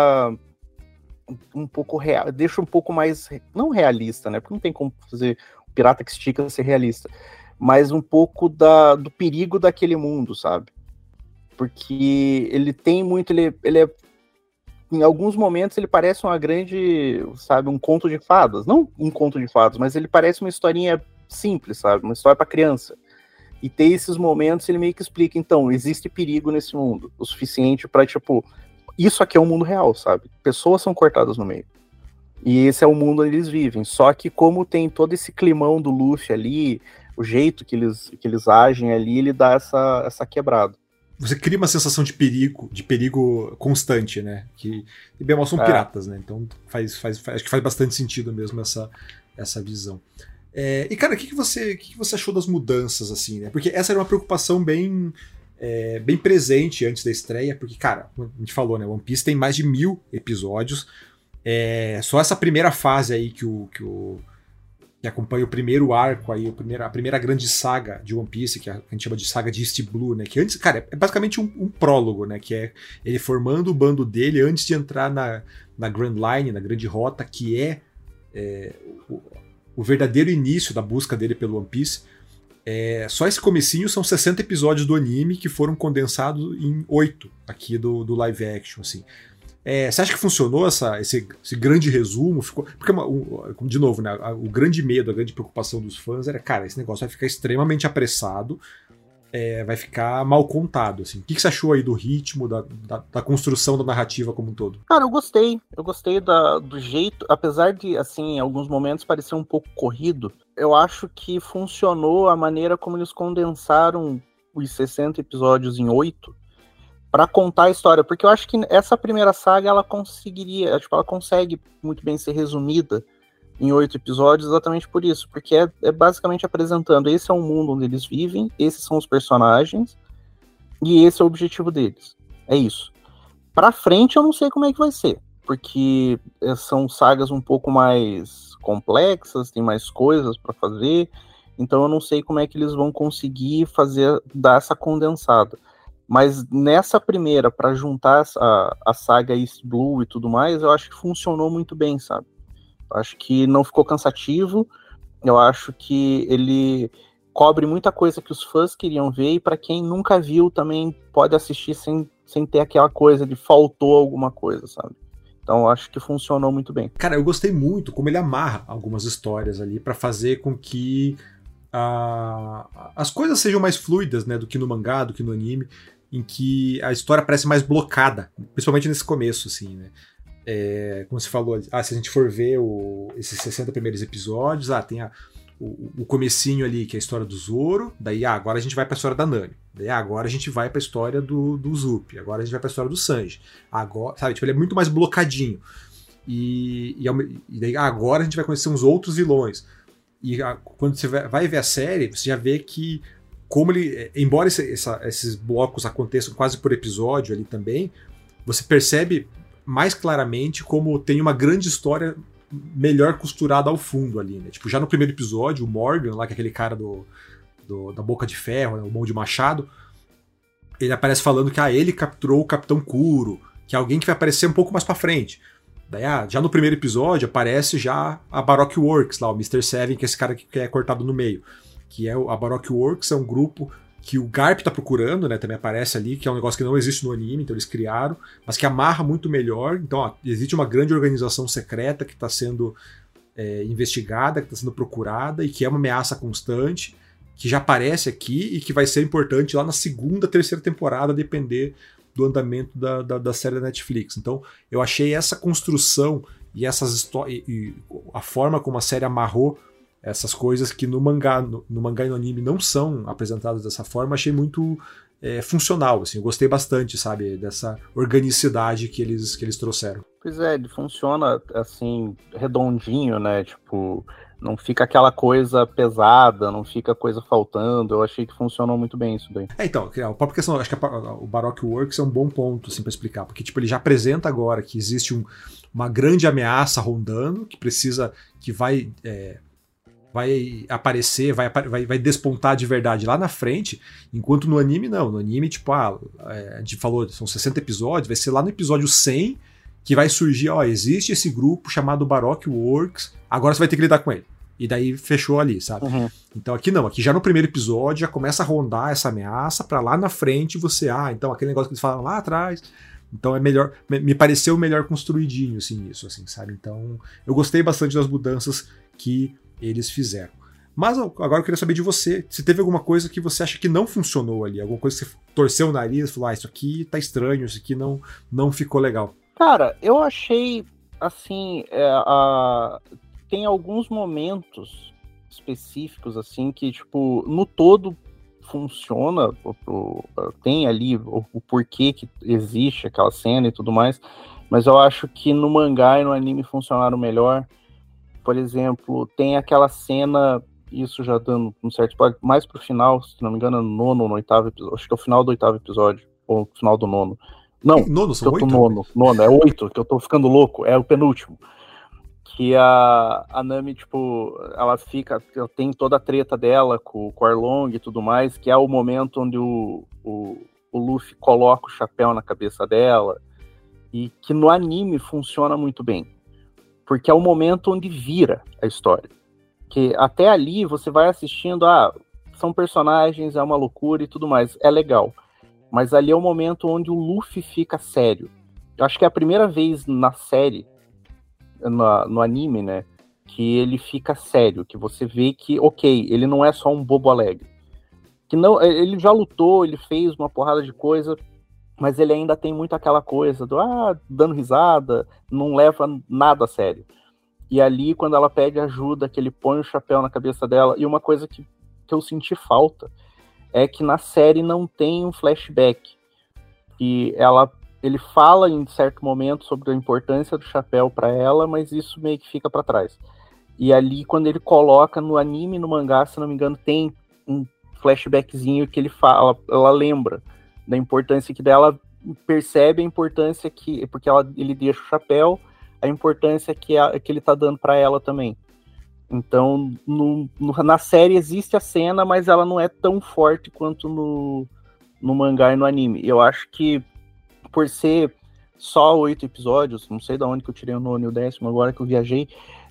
deixa um pouco mais, não realista, né, porque não tem como fazer o pirata que estica ser realista, mas um pouco do perigo daquele mundo, sabe? Porque ele tem muito, ele é em alguns momentos ele parece uma grande, sabe, um conto de fadas. Não um conto de fadas, mas ele parece uma historinha simples, sabe? Uma história para criança. E ter esses momentos, ele meio que explica, então, existe perigo nesse mundo, o suficiente para, tipo, isso aqui é um mundo real, sabe? Pessoas são cortadas no meio. E esse é o mundo onde eles vivem. Só que como tem todo esse climão do Luffy ali, o jeito que eles agem ali, ele dá essa quebrada. Você cria uma sensação de perigo constante, né? Que e bem mal são piratas, né? Então acho que faz bastante sentido mesmo essa visão. E cara, o que você achou das mudanças, assim, né? Porque essa era uma preocupação bem presente antes da estreia, porque, cara, a gente falou, né? One Piece tem mais de 1000 episódios. Só essa primeira fase aí que acompanha o primeiro arco aí, a primeira grande saga de One Piece, que a gente chama de saga de East Blue, né? Que antes, cara, é basicamente um prólogo, né? Que é ele formando o bando dele antes de entrar na Grand Line, na grande rota, que o verdadeiro início da busca dele pelo One Piece. Só esse comecinho são 60 episódios do anime que foram condensados em 8 aqui do live action, assim. Você acha que funcionou esse grande resumo? Porque, de novo, né, o grande medo, a grande preocupação dos fãs era, cara, esse negócio vai ficar extremamente apressado vai ficar mal contado, assim. O que você achou aí do ritmo, da construção da narrativa como um todo? Cara, eu gostei do jeito, apesar de, assim, em alguns momentos parecer um pouco corrido, eu acho que funcionou a maneira como eles condensaram os 60 episódios em 8 para contar a história, porque eu acho que essa primeira saga, ela conseguiria, tipo, ela consegue muito bem ser resumida em 8 episódios exatamente por isso, porque é basicamente apresentando, esse é o mundo onde eles vivem, esses são os personagens, e esse é o objetivo deles. É isso. Pra frente eu não sei como é que vai ser, porque são sagas um pouco mais complexas, tem mais coisas para fazer, então eu não sei como é que eles vão conseguir dar essa condensada. Mas nessa primeira, para juntar a saga East Blue e tudo mais, eu acho que funcionou muito bem, sabe? Eu acho que não ficou cansativo, eu acho que ele cobre muita coisa que os fãs queriam ver, e para quem nunca viu também pode assistir sem ter aquela coisa de faltou alguma coisa, sabe? Então eu acho que funcionou muito bem. Cara, eu gostei muito como ele amarra algumas histórias ali para fazer com que as coisas sejam mais fluidas, né, do que no mangá, do que no anime, em que a história parece mais blocada, principalmente nesse começo, assim, né? Como você falou, se a gente for ver esses 60 primeiros episódios, tem o comecinho ali, que é a história do Zoro, daí agora a gente vai pra história da Nami, daí agora a gente vai pra história do Usopp, agora a gente vai pra história do Sanji, agora, sabe, tipo, ele é muito mais blocadinho, e daí agora a gente vai conhecer uns outros vilões, e quando você vai ver a série, você já vê que como ele, embora esses blocos aconteçam quase por episódio ali também, você percebe mais claramente como tem uma grande história melhor costurada ao fundo ali, né? Tipo, já no primeiro episódio, o Morgan, lá que é aquele cara da Boca de Ferro, né? O Mão de Machado, ele aparece falando que ele capturou o Capitão Kuro, que é alguém que vai aparecer um pouco mais pra frente. Daí, já no primeiro episódio, aparece já a Baroque Works, lá, o Mr. Seven, que é esse cara que é cortado no meio. Que é a Baroque Works, é um grupo que o Garp tá procurando, né, também aparece ali, que é um negócio que não existe no anime, então eles criaram, mas que amarra muito melhor. Então, existe uma grande organização secreta que está sendo investigada, que está sendo procurada e que é uma ameaça constante, que já aparece aqui e que vai ser importante lá na segunda, terceira temporada, depender do andamento da série da Netflix. Então, eu achei essa construção e essas histórias, e a forma como a série amarrou essas coisas que no mangá e no anime não são apresentadas dessa forma, achei muito funcional, assim, eu gostei bastante, sabe, dessa organicidade que eles trouxeram. Pois é, ele funciona, assim, redondinho, né, tipo, não fica aquela coisa pesada, não fica coisa faltando, eu achei que funcionou muito bem isso daí. Então, a própria questão, acho que o Baroque Works é um bom ponto, assim, pra explicar, porque, tipo, ele já apresenta agora que existe uma grande ameaça rondando, que vai aparecer, vai despontar de verdade lá na frente, enquanto no anime não. No anime, tipo, a gente falou, são 60 episódios, vai ser lá no episódio 100 que vai surgir, existe esse grupo chamado Baroque Works, agora você vai ter que lidar com ele. E daí fechou ali, sabe? Uhum. Então aqui não, aqui já no primeiro episódio já começa a rondar essa ameaça pra lá na frente você, então aquele negócio que eles falaram lá atrás. Então é melhor, me pareceu melhor construidinho, assim, isso, assim, sabe? Então eu gostei bastante das mudanças que eles fizeram. Mas agora eu queria saber de você, se teve alguma coisa que você acha que não funcionou ali, alguma coisa que você torceu o nariz e falou, isso aqui tá estranho, isso aqui não ficou legal. Cara, eu achei, assim, tem alguns momentos específicos, assim, que, tipo, no todo funciona, tem ali o porquê que existe aquela cena e tudo mais, mas eu acho que no mangá e no anime funcionaram melhor. Por exemplo, tem aquela cena, isso já dando um certo spoiler, mais pro final, se não me engano, no nono ou no oitavo episódio, acho que é o final do oitavo episódio, ou no final do nono. Não, nono, são 8? Nono, é 8, que eu tô ficando louco, é o penúltimo. Que a Nami, tipo, ela tem toda a treta dela com o Arlong e tudo mais, que é o momento onde o Luffy coloca o chapéu na cabeça dela, e que no anime funciona muito bem. Porque é o momento onde vira a história. Que até ali você vai assistindo, são personagens, é uma loucura e tudo mais, é legal. Mas ali é o momento onde o Luffy fica sério. Eu acho que é a primeira vez na série, no anime, né, que ele fica sério, que você vê que, ok, ele não é só um bobo alegre. que não, ele já lutou, ele fez uma porrada de coisa, mas ele ainda tem muito aquela coisa do dando risada, não leva nada a sério. E ali, quando ela pede ajuda, que ele põe o chapéu na cabeça dela, e uma coisa que eu senti falta é que na série não tem um flashback. E ele fala em certo momento sobre a importância do chapéu para ela, mas isso meio que fica para trás. E ali, quando ele coloca no anime e no mangá, se não me engano, tem um flashbackzinho que ele fala, ela lembra da importância que dela percebe a importância que, porque ele deixa o chapéu, a importância que ele tá dando para ela também. Então, na série existe a cena, mas ela não é tão forte quanto no mangá e no anime. Eu acho que, por ser só 8 episódios, não sei de onde que eu tirei o 9 e o 10º, agora que eu viajei,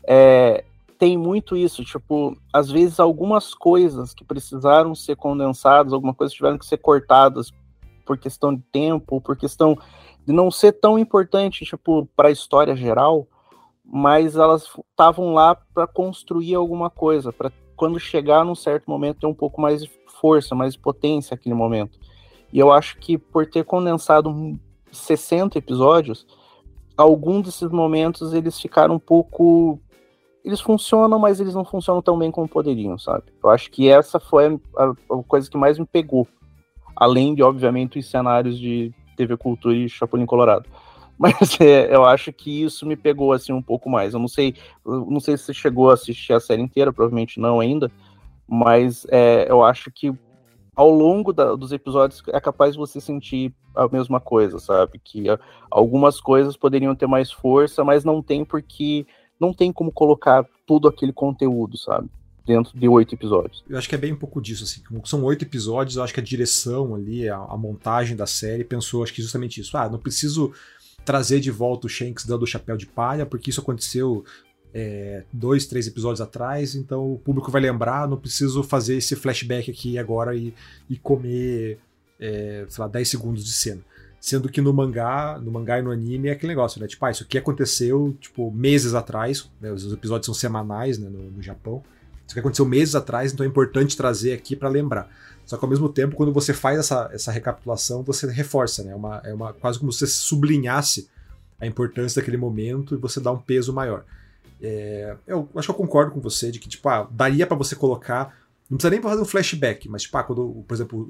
tem muito isso, tipo, às vezes algumas coisas que precisaram ser condensadas, algumas coisas tiveram que ser cortadas por questão de tempo, por questão de não ser tão importante, tipo, para a história geral, mas elas estavam lá para construir alguma coisa, para quando chegar num certo momento ter um pouco mais de força, mais de potência aquele momento. E eu acho que por ter condensado 60 episódios, alguns desses momentos eles ficaram um pouco... Eles funcionam, mas eles não funcionam tão bem como poderiam, sabe? Eu acho que essa foi a coisa que mais me pegou. Além de, obviamente, os cenários de TV Cultura e Chapolin Colorado. Mas eu acho que isso me pegou, assim, um pouco mais. Eu não sei se você chegou a assistir a série inteira, provavelmente não ainda, mas eu acho que ao longo dos episódios é capaz de você sentir a mesma coisa, sabe? Que algumas coisas poderiam ter mais força, mas não tem porque... não tem como colocar todo aquele conteúdo, sabe? Dentro de 8 episódios. Eu acho que é bem um pouco disso, assim. Como são 8 episódios, eu acho que a direção ali, a montagem da série, pensou, acho que justamente isso. Não preciso trazer de volta o Shanks dando o chapéu de palha, porque isso aconteceu 2, 3 episódios atrás, então o público vai lembrar, não preciso fazer esse flashback aqui agora e comer, sei lá, 10 segundos de cena. Sendo que no mangá e no anime é aquele negócio, né? Tipo, isso aqui aconteceu, tipo, meses atrás, né? Os episódios são semanais, né, no Japão. Isso aqui aconteceu meses atrás, então é importante trazer aqui para lembrar. Só que ao mesmo tempo, quando você faz essa recapitulação, você reforça, né? É quase como se você sublinhasse a importância daquele momento e você dá um peso maior. Eu acho que eu concordo com você de que, tipo, daria para você colocar... Não precisa nem fazer um flashback, mas, tipo, quando, por exemplo,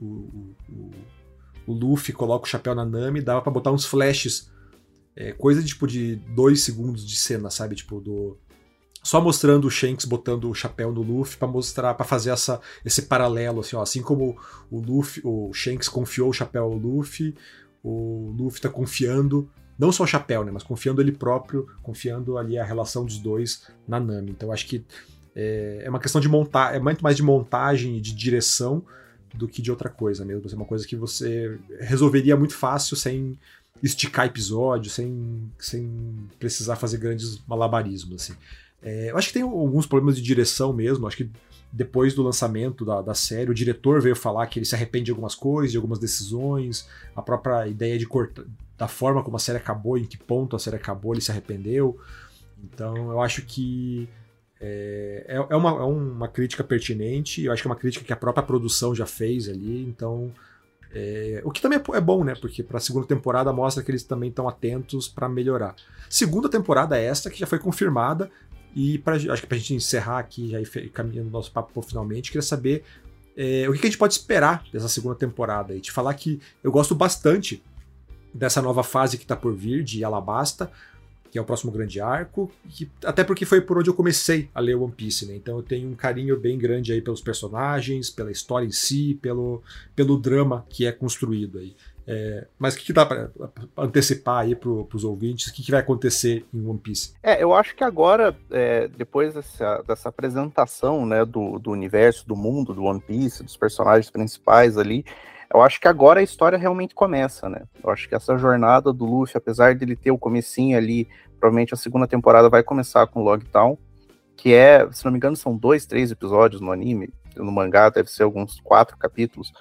o Luffy coloca o chapéu na Nami, dava pra botar uns flashes, coisa de, tipo, de 2 segundos de cena, sabe? Tipo, só mostrando o Shanks botando o chapéu no Luffy pra fazer esse paralelo, assim, ó. Assim como o Shanks confiou o chapéu ao Luffy, o Luffy tá confiando, não só o chapéu, né? Mas confiando ele próprio, confiando ali a relação dos dois na Nami. Então acho que é uma questão de montar, é muito mais de montagem e de direção do que de outra coisa mesmo. É uma coisa que você resolveria muito fácil sem esticar episódio, sem precisar fazer grandes malabarismos, assim. Eu acho que tem alguns problemas de direção mesmo. Acho que depois do lançamento da série, o diretor veio falar que ele se arrepende de algumas coisas, de algumas decisões, a própria ideia de cortar, da forma como a série acabou, em que ponto a série acabou, ele se arrependeu. Então eu acho que é uma crítica pertinente, eu acho que é uma crítica que a própria produção já fez ali, então o que também é bom, né? Porque para a segunda temporada mostra que eles também estão atentos para melhorar. Segunda temporada esta que já foi confirmada, e acho que pra gente encerrar aqui, já ir caminhando o nosso papo finalmente, queria saber o que a gente pode esperar dessa segunda temporada, e te falar que eu gosto bastante dessa nova fase que tá por vir, de Alabasta, que é o próximo grande arco, até porque foi por onde eu comecei a ler One Piece, né? Então eu tenho um carinho bem grande aí pelos personagens, pela história em si, pelo drama que é construído aí. Mas o que dá para antecipar aí para os ouvintes? O que vai acontecer em One Piece? Eu acho que agora, depois dessa apresentação, né, do universo, do mundo do One Piece, dos personagens principais ali, eu acho que agora a história realmente começa, né? Eu acho que essa jornada do Luffy, apesar de ele ter o comecinho ali, provavelmente a segunda temporada vai começar com Logtown, que se não me engano, são 2, 3 episódios no anime, no mangá deve ser alguns 4 capítulos.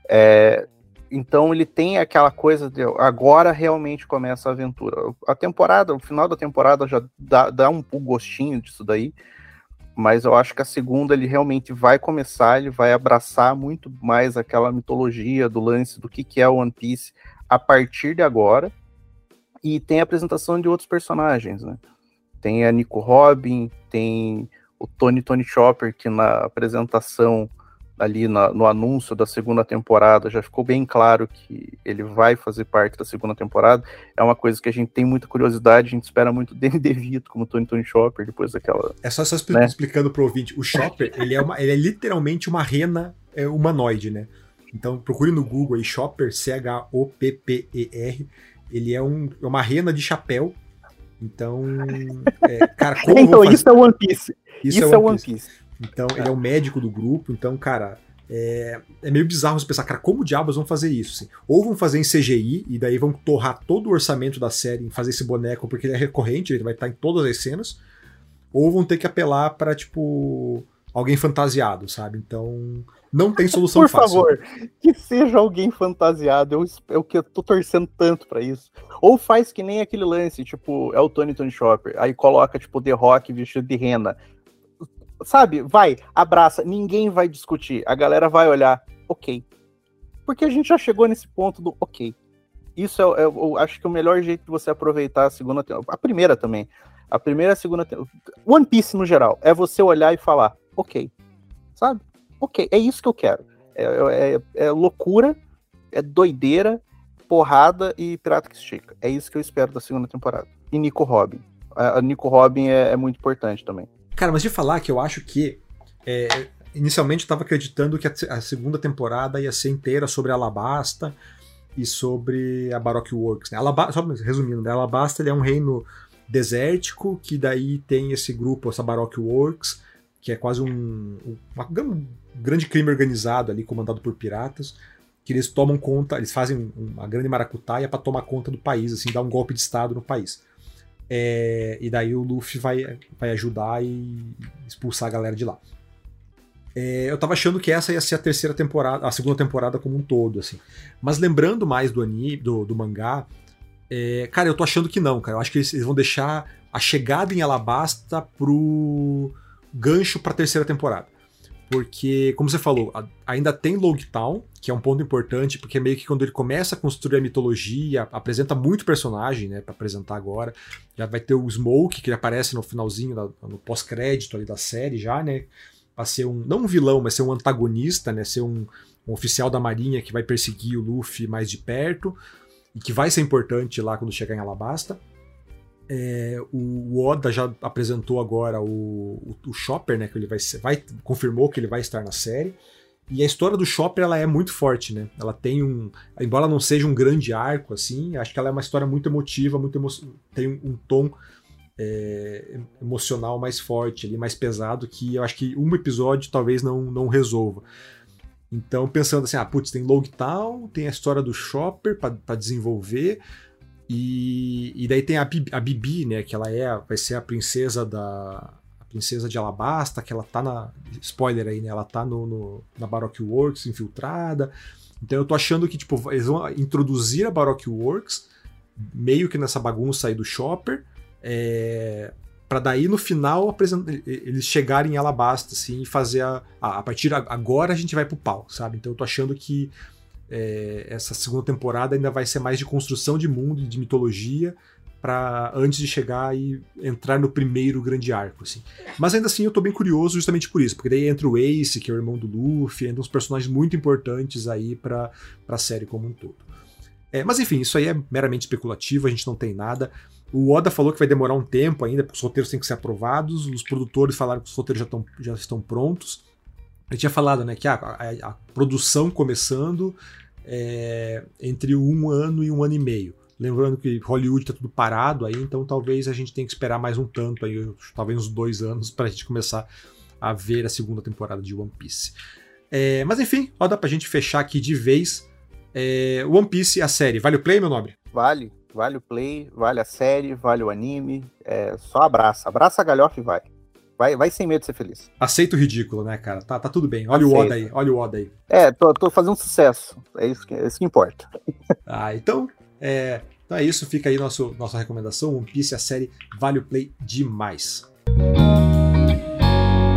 Então ele tem aquela coisa de agora realmente começa a aventura. A temporada, o final da temporada já dá um gostinho disso daí, mas eu acho que a segunda ele realmente vai começar, ele vai abraçar muito mais aquela mitologia do lance do que é o One Piece a partir de agora, e tem a apresentação de outros personagens, né? Tem a Nico Robin, tem o Tony Chopper, que na apresentação ali no anúncio da segunda temporada já ficou bem claro que ele vai fazer parte da segunda temporada. É uma coisa que a gente tem muita curiosidade, a gente espera muito Danny DeVito como Tony Chopper, depois daquela... É só explicando pro ouvinte, o Chopper, ele é literalmente uma rena humanoide, né? Então procure no Google aí, Chopper, Chopper, ele é uma rena de chapéu. Então, cara, como então isso é One Piece. Isso é One Piece. Então, ele é o médico do grupo. Então, cara, é meio bizarro você pensar, cara, como diabos vão fazer isso? Assim? Ou vão fazer em CGI, e daí vão torrar todo o orçamento da série em fazer esse boneco, porque ele é recorrente, ele vai estar em todas as cenas. Ou vão ter que apelar pra, tipo, alguém fantasiado, sabe? Então, não tem solução fácil. Por favor, que seja alguém fantasiado. Eu que eu tô torcendo tanto pra isso. Ou faz que nem aquele lance, tipo, é o Tony Chopper, aí coloca, tipo, The Rock vestido de rena. Sabe, vai, abraça, ninguém vai discutir, a galera vai olhar, ok. Porque a gente já chegou nesse ponto do ok. Isso eu acho que o melhor jeito de você aproveitar a segunda temporada, a primeira também, a primeira e a segunda temporada, One Piece no geral, é você olhar e falar, ok, sabe? Ok, é isso que eu quero. É loucura, é doideira, porrada e pirata que estica. É isso que eu espero da segunda temporada. E Nico Robin. A Nico Robin é muito importante também. Cara, mas de falar que eu acho que inicialmente eu tava acreditando que a segunda temporada ia ser inteira sobre Alabasta e sobre a Baroque Works, né? Só resumindo, né? Alabasta ele é um reino desértico que daí tem esse grupo, essa Baroque Works, que é quase um grande crime organizado ali, comandado por piratas, que eles tomam conta, eles fazem uma grande maracutaia para tomar conta do país, assim, dar um golpe de estado no país. E daí o Luffy vai ajudar e expulsar a galera de lá. Eu tava achando que essa ia ser a terceira temporada, a segunda temporada como um todo, assim. Mas lembrando mais do anime, do mangá, cara, eu tô achando que não, cara. Eu acho que eles vão deixar a chegada em Alabasta pro gancho pra terceira temporada. Porque, como você falou, ainda tem Logtown, que é um ponto importante, porque meio que quando ele começa a construir a mitologia, apresenta muito personagem, né, pra apresentar agora. Já vai ter o Smoke, que ele aparece no finalzinho, no pós-crédito ali da série já, né, pra ser não um vilão, mas ser um antagonista, né, ser um oficial da marinha que vai perseguir o Luffy mais de perto, e que vai ser importante lá quando chegar em Alabasta. O Oda já apresentou agora o Chopper, né, que ele confirmou que ele vai estar na série. E a história do Chopper, ela é muito forte, né? Ela tem embora não seja um grande arco assim, acho que ela é uma história muito emotiva, tem um tom emocional mais forte ali, mais pesado, que eu acho que um episódio talvez não resolva. Então, pensando assim, tem Logtown, tem a história do Chopper para desenvolver. E daí tem a Bibi, né, que vai ser a princesa de Alabasta, que ela tá spoiler aí, né, ela tá na Baroque Works infiltrada. Então eu tô achando que, tipo, eles vão introduzir a Baroque Works meio que nessa bagunça aí do Chopper, pra daí no final eles chegarem em Alabasta, assim, e fazer a partir agora a gente vai pro pau, sabe? Então eu tô achando que essa segunda temporada ainda vai ser mais de construção de mundo e de mitologia antes de chegar e entrar no primeiro grande arco, assim. Mas ainda assim eu tô bem curioso justamente por isso, porque daí entra o Ace, que é o irmão do Luffy, entra uns personagens muito importantes aí pra série como um todo. Mas enfim, isso aí é meramente especulativo, a gente não tem nada. O Oda falou que vai demorar um tempo ainda, porque os roteiros têm que ser aprovados, os produtores falaram que os roteiros já estão prontos. Ele tinha falado, né, que a produção começando entre 1 ano e 1 ano e meio. Lembrando que Hollywood tá tudo parado aí, então talvez a gente tenha que esperar mais um tanto aí, talvez uns 2 anos, pra gente começar a ver a segunda temporada de One Piece. Mas enfim, ó, dá pra gente fechar aqui de vez. One Piece, a série, vale o play, meu nobre? Vale o play, vale a série, vale o anime, só abraça a galhofa e vai sem medo de ser feliz. Aceita o ridículo, né, cara? Tá tudo bem, olha o Oda aí. Tô fazendo sucesso, é isso que importa. Então é isso, fica aí nossa recomendação, One Piece, a série, vale o play demais.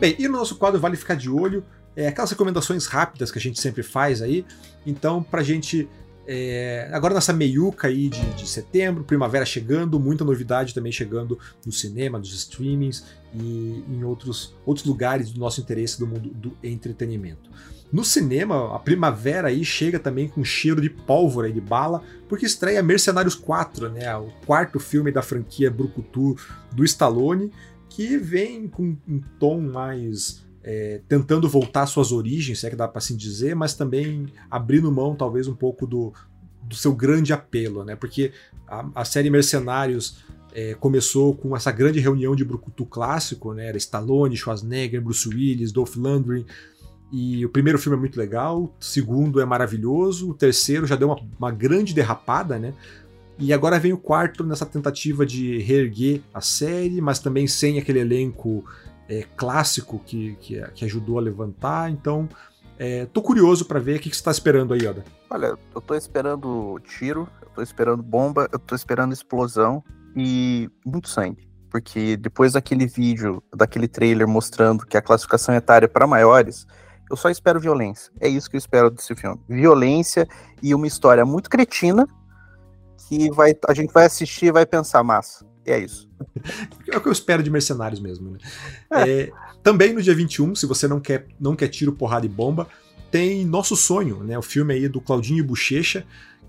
Bem, e no nosso quadro Vale Ficar de Olho, aquelas recomendações rápidas que a gente sempre faz aí. Então, pra gente, agora nessa meiuca aí de setembro, primavera chegando, muita novidade também chegando no cinema, nos streamings e em outros lugares do nosso interesse do mundo do entretenimento. No cinema, a primavera aí chega também com cheiro de pólvora e de bala, porque estreia Mercenários 4, né, o quarto filme da franquia Brucutu do Stallone, que vem com um tom mais tentando voltar às suas origens, se é que dá para assim dizer, mas também abrindo mão talvez um pouco do seu grande apelo, né, porque a série Mercenários começou com essa grande reunião de Brucutu clássico, né, era Stallone, Schwarzenegger, Bruce Willis, Dolph Lundgren. E o primeiro filme é muito legal, o segundo é maravilhoso, o terceiro já deu uma grande derrapada, né? E agora vem o quarto nessa tentativa de reerguer a série, mas também sem aquele elenco clássico que ajudou a levantar. Então, tô curioso para ver o que você está esperando aí, Yoda. Olha, eu tô esperando tiro, eu tô esperando bomba, eu tô esperando explosão e muito sangue. Porque depois daquele vídeo, daquele trailer mostrando que a classificação etária é para maiores, eu só espero violência. É isso que eu espero desse filme. Violência e uma história muito cretina que a gente vai assistir e vai pensar, massa. É isso. É o que eu espero de Mercenários mesmo, né? Também no dia 21, se você não quer tiro, porrada e bomba, tem Nosso Sonho, né? O filme aí do Claudinho Bochecha,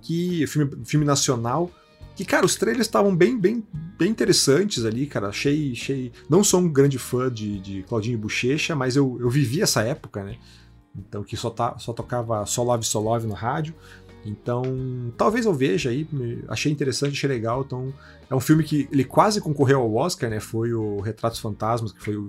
filme nacional, que, cara, os trailers estavam bem interessantes ali, cara. Achei. Não sou um grande fã de Claudinho Bochecha, mas eu vivi essa época, né? Então, que só tocava Só Love no rádio. Então, talvez eu veja aí. Achei interessante, achei legal. Então, é um filme que ele quase concorreu ao Oscar, né? Foi o Retratos Fantasmas, que foi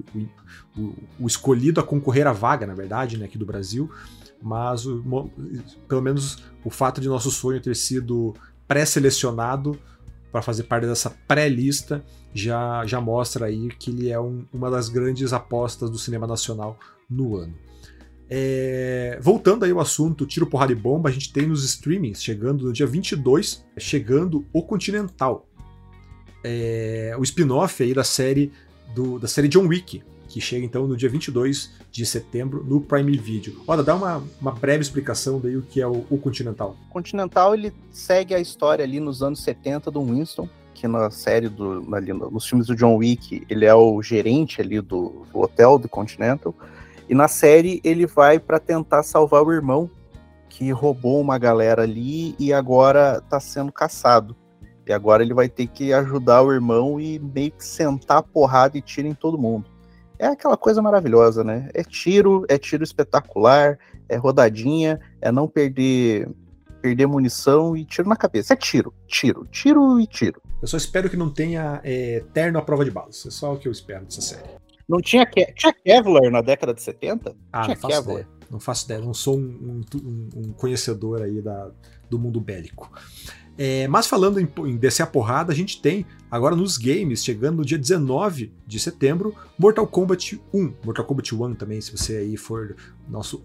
o escolhido a concorrer à vaga, na verdade, né? Aqui do Brasil. Mas, pelo menos, o fato de Nosso Sonho ter sido pré-selecionado para fazer parte dessa pré-lista já mostra aí que ele é uma das grandes apostas do cinema nacional no ano. Voltando aí ao assunto Tiro, Porrada e Bomba, a gente tem nos streamings, chegando no dia 22, chegando O Continental, o spin-off aí da série John Wick, que chega então no dia 22 de setembro no Prime Video. Olha, dá uma breve explicação daí o que é o Continental. O Continental, ele segue a história ali nos anos 70 do Winston, que na série, nos filmes do John Wick, ele é o gerente ali do hotel do Continental, e na série ele vai para tentar salvar o irmão, que roubou uma galera ali e agora tá sendo caçado. E agora ele vai ter que ajudar o irmão e meio que sentar a porrada e tiro em todo mundo. É aquela coisa maravilhosa, né? É tiro espetacular, é rodadinha, é não perder munição e tiro na cabeça. É tiro e tiro. Eu só espero que não tenha terno à prova de balas. É só o que eu espero dessa série. Não tinha Kevlar na década de 70? Não faço ideia. Não sou um conhecedor aí do mundo bélico. Mas falando em descer a porrada, a gente tem agora nos games, chegando no dia 19 de setembro, Mortal Kombat 1. Mortal Kombat 1 também, se você aí for nosso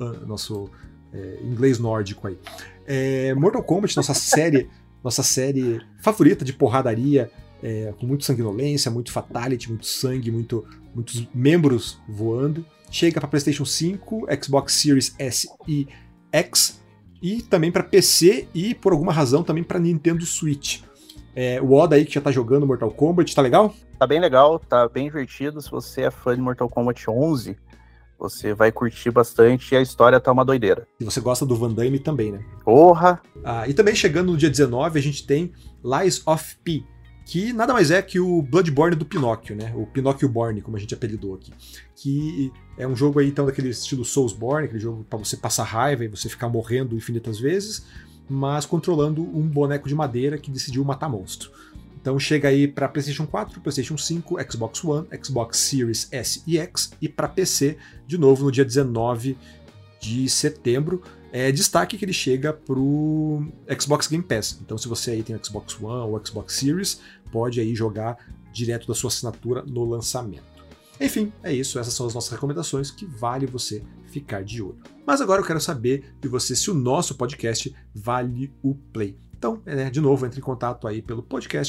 inglês nórdico aí. Mortal Kombat, nossa série favorita de porradaria, com muito sanguinolência, muito fatality, muito sangue, muitos membros voando. Chega para PlayStation 5, Xbox Series S e X, e também para PC e, por alguma razão, também para Nintendo Switch. O Oda aí que já tá jogando Mortal Kombat, tá legal? Tá bem legal, tá bem divertido. Se você é fã de Mortal Kombat 11, você vai curtir bastante e a história tá uma doideira. E você gosta do Van Damme também, né? Porra! E também chegando no dia 19, a gente tem Lies of P, que nada mais é que o Bloodborne do Pinóquio, né? O Pinóquio Born, como a gente apelidou aqui. Que é um jogo aí, então, daquele estilo Soulsborne, aquele jogo para você passar raiva e você ficar morrendo infinitas vezes, mas controlando um boneco de madeira que decidiu matar monstro. Então chega aí para PlayStation 4, PlayStation 5, Xbox One, Xbox Series S e X, e para PC, de novo, no dia 19 de setembro. Destaque que ele chega pro Xbox Game Pass. Então, se você aí tem Xbox One ou Xbox Series, pode aí jogar direto da sua assinatura no lançamento. Enfim, é isso. Essas são as nossas recomendações que vale você ficar de olho. Mas agora eu quero saber de você se o nosso podcast vale o play. Então, de novo, entre em contato aí pelo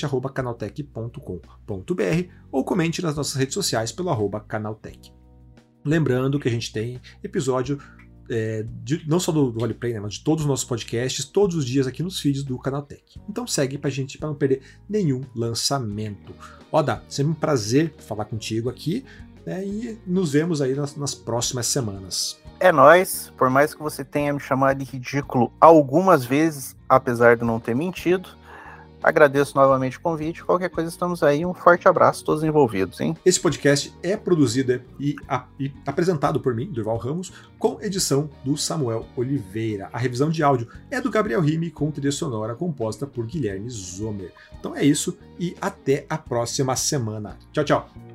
podcast@canaltech.com.br ou comente nas nossas redes sociais pelo @canaltech. Lembrando que a gente tem episódio não só do Roleplay, né, mas de todos os nossos podcasts, todos os dias aqui nos feeds do Canaltech. Então segue pra gente para não perder nenhum lançamento. Oda, sempre um prazer falar contigo aqui, né, e nos vemos aí nas próximas semanas. É nóis, por mais que você tenha me chamado de ridículo algumas vezes, apesar de não ter mentido, agradeço novamente o convite. Qualquer coisa, estamos aí. Um forte abraço a todos envolvidos, hein? Esse podcast é produzido e apresentado por mim, Durval Ramos, com edição do Samuel Oliveira. A revisão de áudio é do Gabriel Rime, com trilha sonora composta por Guilherme Zomer. Então é isso e até a próxima semana. Tchau, tchau!